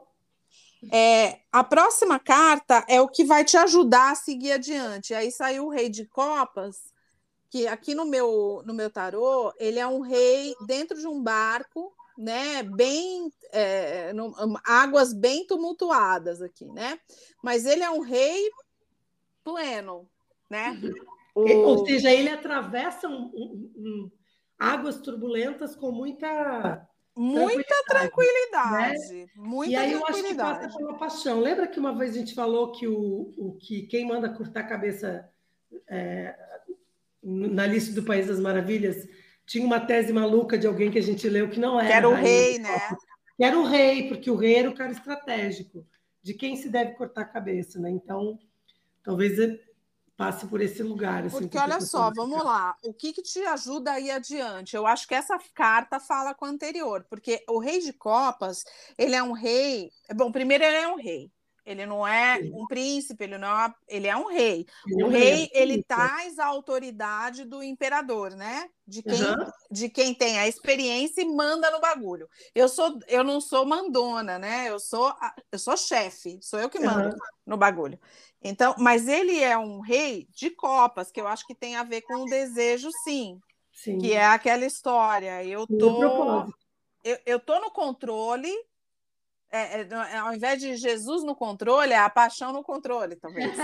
É, a próxima carta é o que vai te ajudar a seguir adiante. Aí saiu o Rei de Copas, que aqui no meu, no meu tarô, ele é um rei dentro de um barco, né? Bem é, no, águas bem tumultuadas aqui, né? Mas ele é um rei pleno, né? O... Ou seja, ele atravessa um, um, um, águas turbulentas com muita Muita tranquilidade, né? muita e aí tranquilidade. Eu acho que passa pela paixão. Lembra que uma vez a gente falou que, o, o, que quem manda cortar a cabeça é, na lista do País das Maravilhas tinha uma tese maluca de alguém que a gente leu que não era. Que era o rei, né? Que era o rei, porque o rei era o cara estratégico, de quem se deve cortar a cabeça, né? Então, talvez passe por esse lugar. Assim, porque olha só, vamos lá, o que, que te ajuda a ir adiante? Eu acho que essa carta fala com a anterior, porque o Rei de Copas, ele é um rei... Bom, primeiro ele é um rei, ele não é Sim. um príncipe, ele, não é, ele é um rei. Ele o é um rei, rei ele traz a autoridade do imperador, né? De quem, uhum. de quem tem a experiência e manda no bagulho. Eu, sou, eu não sou mandona, né? Eu sou, eu sou chefe, sou eu que mando uhum. no bagulho. Então, mas ele é um rei de copas, que eu acho que tem a ver com o desejo, sim. sim. Que é aquela história. Eu tô, eu, eu tô no controle. É, é, ao invés de Jesus no controle, é a paixão no controle, talvez.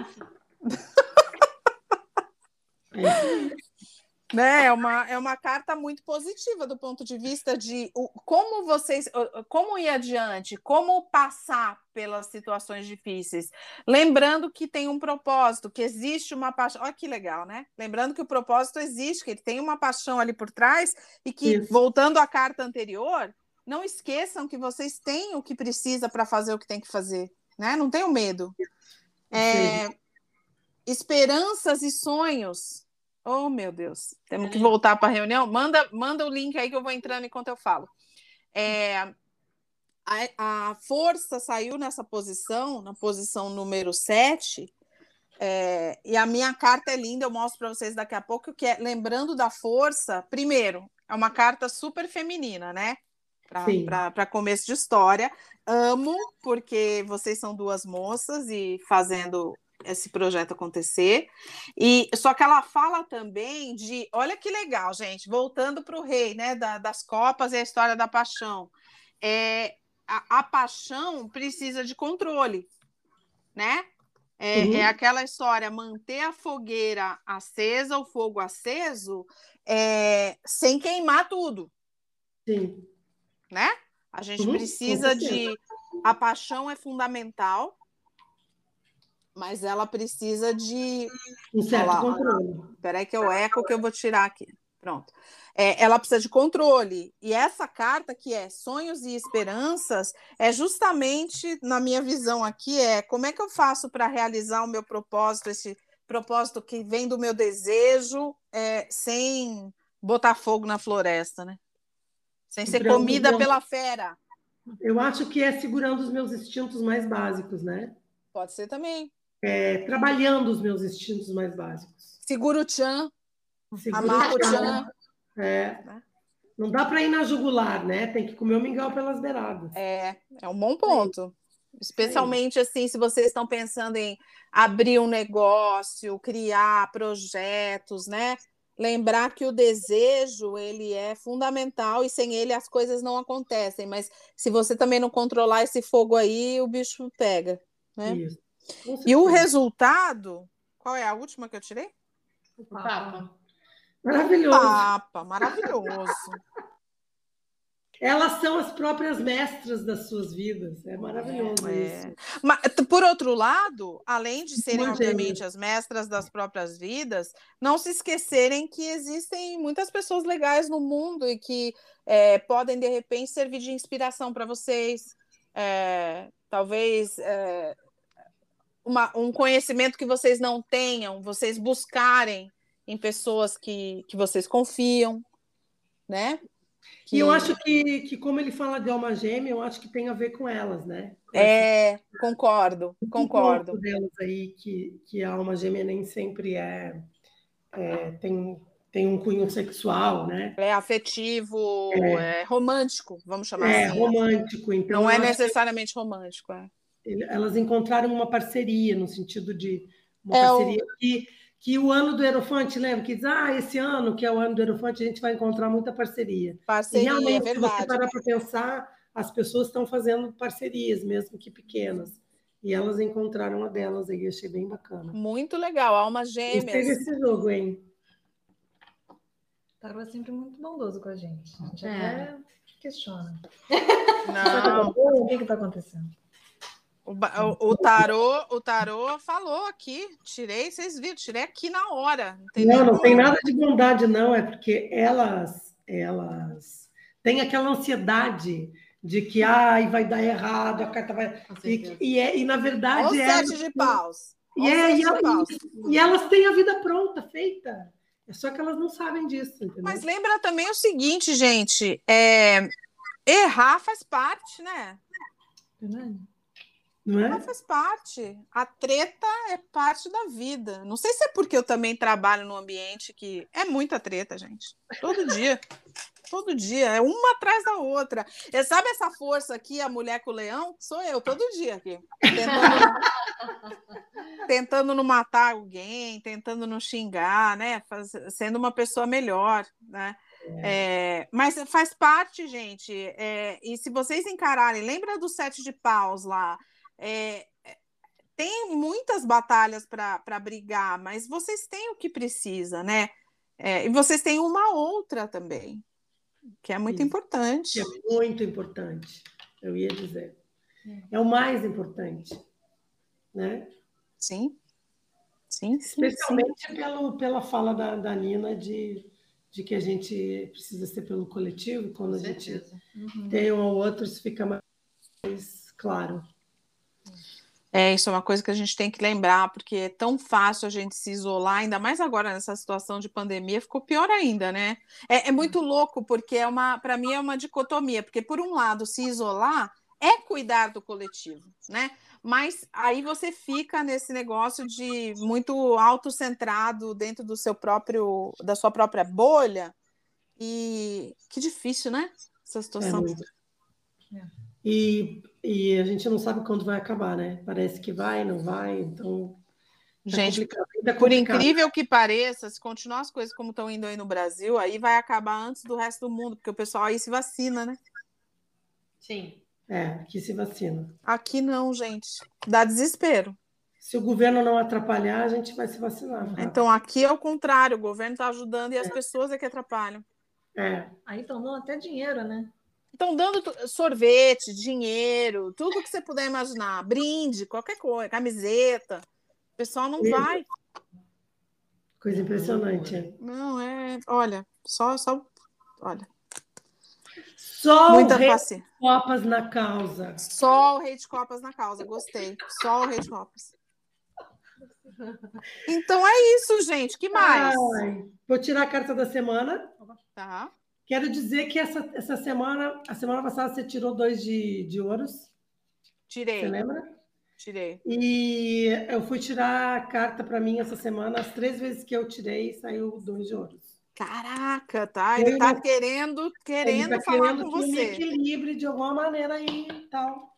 Né? É uma, é uma carta muito positiva do ponto de vista de o, como vocês, como ir adiante, como passar pelas situações difíceis. Lembrando que tem um propósito, que existe uma paixão. Olha que legal, né? Lembrando que o propósito existe, que ele tem uma paixão ali por trás e que, Isso. voltando à carta anterior, não esqueçam que vocês têm o que precisa para fazer o que tem que fazer, né? Não tenham medo. É, esperanças e sonhos. Oh, meu Deus. Temos que voltar para a reunião. Manda, manda o link aí que eu vou entrando enquanto eu falo. É, a, a força saiu nessa posição, na posição número sete, é, e a minha carta é linda, eu mostro para vocês daqui a pouco, que é lembrando da força. Primeiro, é uma carta super feminina, né? Para começo de história. Amo, porque vocês são duas moças e fazendo esse projeto acontecer. E só que ela fala também de, olha que legal, gente, voltando para o rei, né, da, das copas e a história da paixão. É, a, a paixão precisa de controle, né? É, uhum. é aquela história, manter a fogueira acesa, o fogo aceso, é, sem queimar tudo. Sim. Né? A gente uhum, precisa de... A paixão é fundamental, mas ela precisa de... Um certo lá, controle. Espera aí que eu eco que eu vou tirar aqui. Pronto. É, ela precisa de controle. E essa carta que é sonhos e esperanças é justamente, na minha visão aqui, é como é que eu faço para realizar o meu propósito, esse propósito que vem do meu desejo, é, sem botar fogo na floresta, né? Sem ser comida pela fera. Eu acho que é segurando os meus instintos mais básicos, né? Pode ser também. É, trabalhando os meus instintos mais básicos. Segura o tchan. Amarra o tchan. É. Não dá para ir na jugular, né? Tem que comer o mingau pelas beiradas. É, é um bom ponto. É. Especialmente é. assim, se vocês estão pensando em abrir um negócio, criar projetos, né? lembrar que o desejo, ele é fundamental e sem ele as coisas não acontecem, mas se você também não controlar esse fogo aí, o bicho pega, né? Isso. E o resultado, qual é a última que eu tirei? O Papa. Maravilhoso. Papa, maravilhoso. Elas são as próprias mestras das suas vidas. É maravilhoso É. isso. Mas, por outro lado, além de serem, Uma obviamente, gêmea. as mestras das próprias vidas, não se esquecerem que existem muitas pessoas legais no mundo e que é, podem, de repente, servir de inspiração para vocês. É, talvez é, uma, um conhecimento que vocês não tenham, vocês buscarem em pessoas que, que vocês confiam, né? Que... E eu acho que, que, como ele fala de alma gêmea, eu acho que tem a ver com elas, né? Com é, esse... concordo, concordo. delas aí, que, que a alma gêmea nem sempre é, é tem, tem um cunho sexual, né? É afetivo, é, é romântico, vamos chamar é, assim. É romântico. Então não é necessariamente romântico. É. Elas encontraram uma parceria, no sentido de uma é parceria o... que... que o ano do Hierophante, lembra? Que diz, ah, esse ano, que é o ano do Hierophante, a gente vai encontrar muita parceria. Parceria, e realmente, é verdade. Se você parar para pensar, as pessoas estão fazendo parcerias, mesmo que pequenas. E elas encontraram a delas aí, achei bem bacana. Muito legal, almas gêmeas. Gostei desse jogo, hein? Tarô é sempre muito bondoso com a gente. A gente é. até questiona. Não. O que está acontecendo? O, o, o, tarô, o tarô falou aqui, tirei, vocês viram, tirei aqui na hora. Não, não, não tem nada de bondade, não, é porque elas, elas têm aquela ansiedade de que ai, vai dar errado, a carta vai. E, e, é, e na verdade. Olha o é, sete de paus. E, é, e, elas, e elas têm a vida pronta, feita. É só que elas não sabem disso. Entendeu? Mas lembra também o seguinte, gente: é, errar faz parte, né? Verdade. Não é? Ela faz parte. A treta é parte da vida. Não sei se é porque eu também trabalho num ambiente que é muita treta, gente. Todo dia. Todo dia. É uma atrás da outra. E sabe essa força aqui, a mulher com o leão? Sou eu, todo dia aqui. Tentando, tentando não matar alguém, tentando não xingar, né? Faz, sendo uma pessoa melhor, né? É. É, mas faz parte, gente. É, e se vocês encararem, lembra do sete de paus lá? É, tem muitas batalhas para brigar, mas vocês têm o que precisa, né? É, e vocês têm uma outra também, que é muito Isso. importante. Que é muito importante, eu ia dizer. É o mais importante, né? Sim. Sim, sim Especialmente sim. Pelo, pela fala da, da Nina de, de que a gente precisa ser pelo coletivo, quando a gente uhum. tem um ou outro, isso fica mais claro. É, isso é uma coisa que a gente tem que lembrar, porque é tão fácil a gente se isolar, ainda mais agora nessa situação de pandemia, ficou pior ainda, né? É, é muito louco, porque é uma, para mim é uma dicotomia, porque por um lado, se isolar é cuidar do coletivo, né? Mas aí você fica nesse negócio de muito autocentrado dentro do seu próprio, da sua própria bolha, e que difícil, né? Essa situação. É muito. É. E, e a gente não sabe quando vai acabar, né? Parece que vai, não vai, então... Tá gente, tá por incrível que pareça, se continuar as coisas como estão indo aí no Brasil, aí vai acabar antes do resto do mundo, porque o pessoal aí se vacina, né? Sim. É, aqui se vacina. Aqui não, gente. Dá desespero. Se o governo não atrapalhar, a gente vai se vacinar. Tá? Então, aqui é o contrário, o governo está ajudando e as é. pessoas é que atrapalham. É. Aí estão dando até dinheiro, né? Estão dando sorvete, dinheiro, tudo que você puder imaginar, brinde, qualquer coisa, camiseta. O pessoal não Isso. vai. Coisa impressionante. Não, é... Olha, só... só olha. Só Muita o rei paciência. de copas na causa. Só o rei de copas na causa, gostei. Só o rei de copas. Então é isso, gente. Que mais? Ai, vou tirar a carta da semana. Tá. Quero dizer que essa, essa semana, a semana passada você tirou dois de, de ouros. Tirei. Você lembra? Tirei. E eu fui tirar a carta para mim essa semana. As três vezes que eu tirei, saiu dois de ouros. Caraca, tá? Ele tá querendo, querendo ele tá falar querendo com que eu me você. equilibre de alguma maneira aí e tal.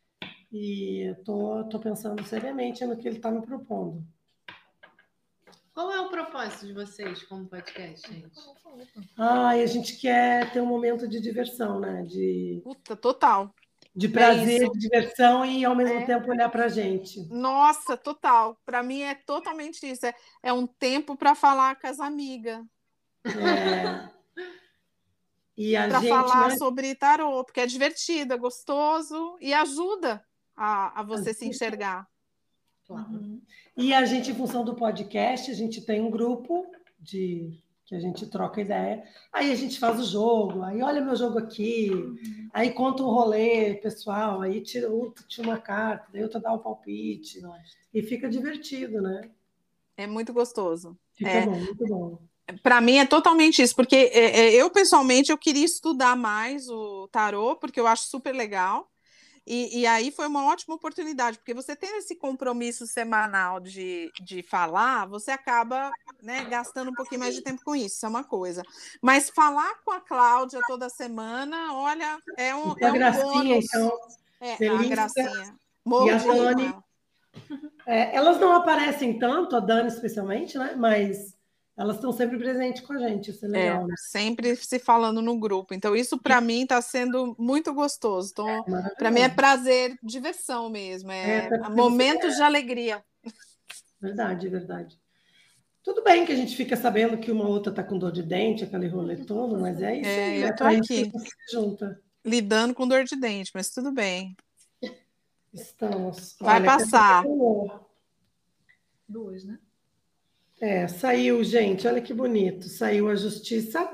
E tô, tô pensando seriamente no que ele tá me propondo. Qual é o propósito de vocês como podcast, gente? Ah, e a gente quer ter um momento de diversão, né? De, Puta, total. de prazer, isso. de diversão e ao mesmo É. tempo olhar pra gente. Nossa, total. Para mim é totalmente isso. É, é um tempo para falar com as amigas, É. E a para gente, falar né? sobre tarô, porque é divertido, é gostoso e ajuda a, a você se enxergar. Claro. Uhum. E a gente, em função do podcast, a gente tem um grupo de que a gente troca ideia. Aí a gente faz o jogo, aí olha meu jogo aqui, Uhum. aí conta um rolê, pessoal, aí tira, outro tira uma carta, daí outro dá um palpite. E fica divertido, né? É muito gostoso. Fica É. bom, muito bom. Para mim é totalmente isso, porque é, é, eu pessoalmente eu queria estudar mais o tarô, porque eu acho super legal. E, e aí foi uma ótima oportunidade, porque você tendo esse compromisso semanal de, de falar, você acaba, né, gastando um pouquinho mais de tempo com isso, isso é uma coisa. Mas falar com a Cláudia toda semana, olha, é um, E com a é um Gracinha, bônus. então, É, a Melissa Gracinha. e Morro a de rir com Dani. ela. É, elas não aparecem tanto, a Dani especialmente, né? Mas elas estão sempre presentes com a gente, isso é legal, É, né? sempre se falando no grupo. Então, isso para mim está sendo muito gostoso. Então, para mim é Maravilhoso. prazer, diversão mesmo. É, É, até porque momentos você- de alegria. Verdade, verdade. Tudo bem que a gente fica sabendo que uma outra tá com dor de dente, aquele rolê todo, mas é isso É, aí, né? eu tô Pra isso que a aqui, gente se junta. lidando com dor de dente, mas tudo bem. Estamos. Vai Olha, passar. Duas, né? É, saiu, gente, olha que bonito. Saiu a justiça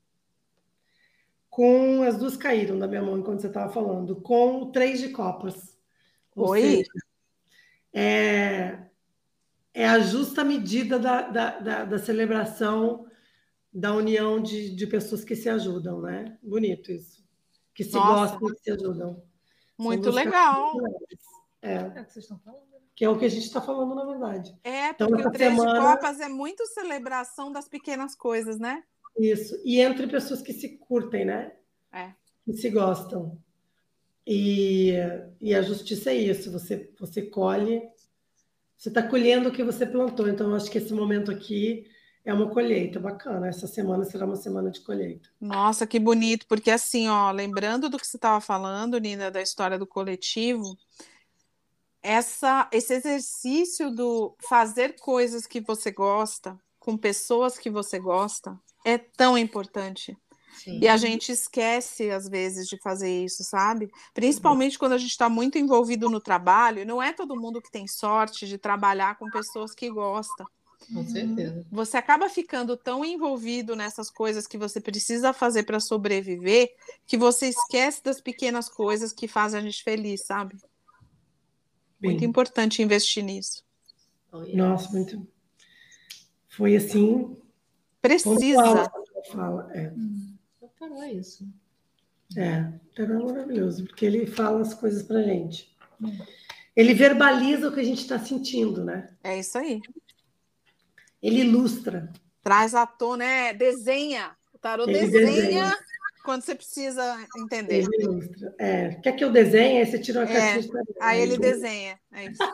com as duas caíram da minha mão enquanto você estava falando, com o três de copas. Ou Oi? seja, é, é a justa medida da, da, da, da celebração da união de, de pessoas que se ajudam, né? Bonito isso. Que se Nossa, gostam e que se ajudam. São muito duas legal. categorias. É, É o que vocês estão falando. né? que é o que a gente está falando, na verdade. É, Então, porque o essa Três de semana, Copas é muito celebração das pequenas coisas, né? isso. E entre pessoas que se curtem, né? É. Que se gostam. E, e a justiça é isso. Você, você colhe, você está colhendo o que você plantou. Então, eu acho que esse momento aqui é uma colheita bacana. Essa semana será uma semana de colheita. Nossa, que bonito, porque assim, ó, lembrando do que você estava falando, Nina, da história do coletivo, essa, esse exercício do fazer coisas que você gosta, com pessoas que você gosta, é tão importante. Sim. E a gente esquece, às vezes, de fazer isso, sabe? Principalmente quando a gente está muito envolvido no trabalho, não é todo mundo que tem sorte de trabalhar com pessoas que gosta. Com certeza. Você acaba ficando tão envolvido nessas coisas que você precisa fazer para sobreviver, que você esquece das pequenas coisas que fazem a gente feliz, sabe? Muito Bem, importante investir nisso. Oh, yes. nossa, muito. Foi assim. Precisa. pontual, fala. É, Eu tarô é isso. é, é maravilhoso, porque ele fala as coisas pra gente. Ele verbaliza o que a gente está sentindo, né? É isso aí. Ele ilustra. Traz à tona, né? Desenha. O tarô Ele desenha, desenha. quando você precisa entender. Ele ilustra. É, quer que eu desenhe? Aí você tira uma É, cartinha de tarô. aí ele desenha. É isso.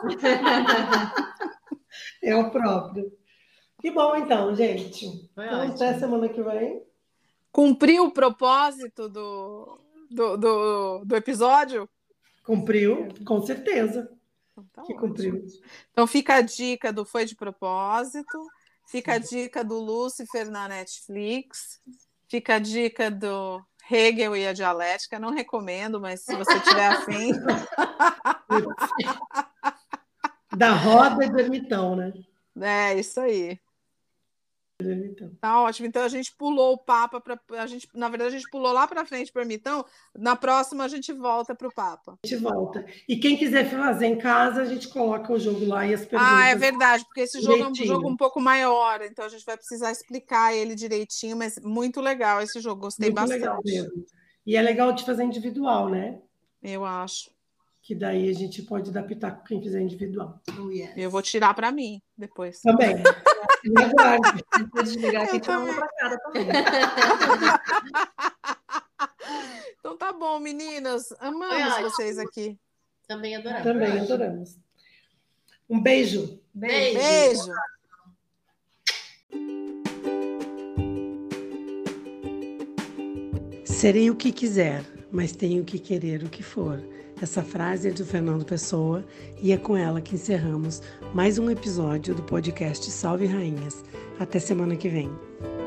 É o próprio. Que bom, então, gente. Foi Então, ótimo. até semana que vem. Cumpriu o propósito do, do, do, do episódio? Cumpriu, com certeza Então, tá que ótimo. cumpriu. Então fica a dica do Foi de Propósito, fica a dica do Lúcifer na Netflix, fica a dica do Hegel e a Dialética. Não recomendo, mas se você tiver afim. Da roda e do ermitão, né? É isso aí. Do ermitão. Tá ótimo. Então a gente pulou o Papa para a gente, na verdade a gente pulou lá para frente para o ermitão. Na próxima a gente volta para o Papa. A gente volta. E quem quiser fazer em casa, a gente coloca o jogo lá e as perguntas. Ah, é verdade, porque esse jogo é um direitinho. jogo um pouco maior, então a gente vai precisar explicar ele direitinho, mas muito legal esse jogo, gostei Muito bastante. legal mesmo. E é legal de fazer individual, né? Eu acho. Que daí a gente pode dar pitaco quem fizer individual. Oh, yes. Eu vou tirar para mim depois. Também. Me aguarde. Vou desligar aqui e tirar uma para cada também. Então tá bom, meninas. Foi Amamos ótimo. vocês aqui. Também adorava. Também adoramos. Um beijo. Beijo. Beijo. Serei o que quiser, mas tenho que querer o que for. Essa frase é do Fernando Pessoa e é com ela que encerramos mais um episódio do podcast Salve Rainhas. Até semana que vem.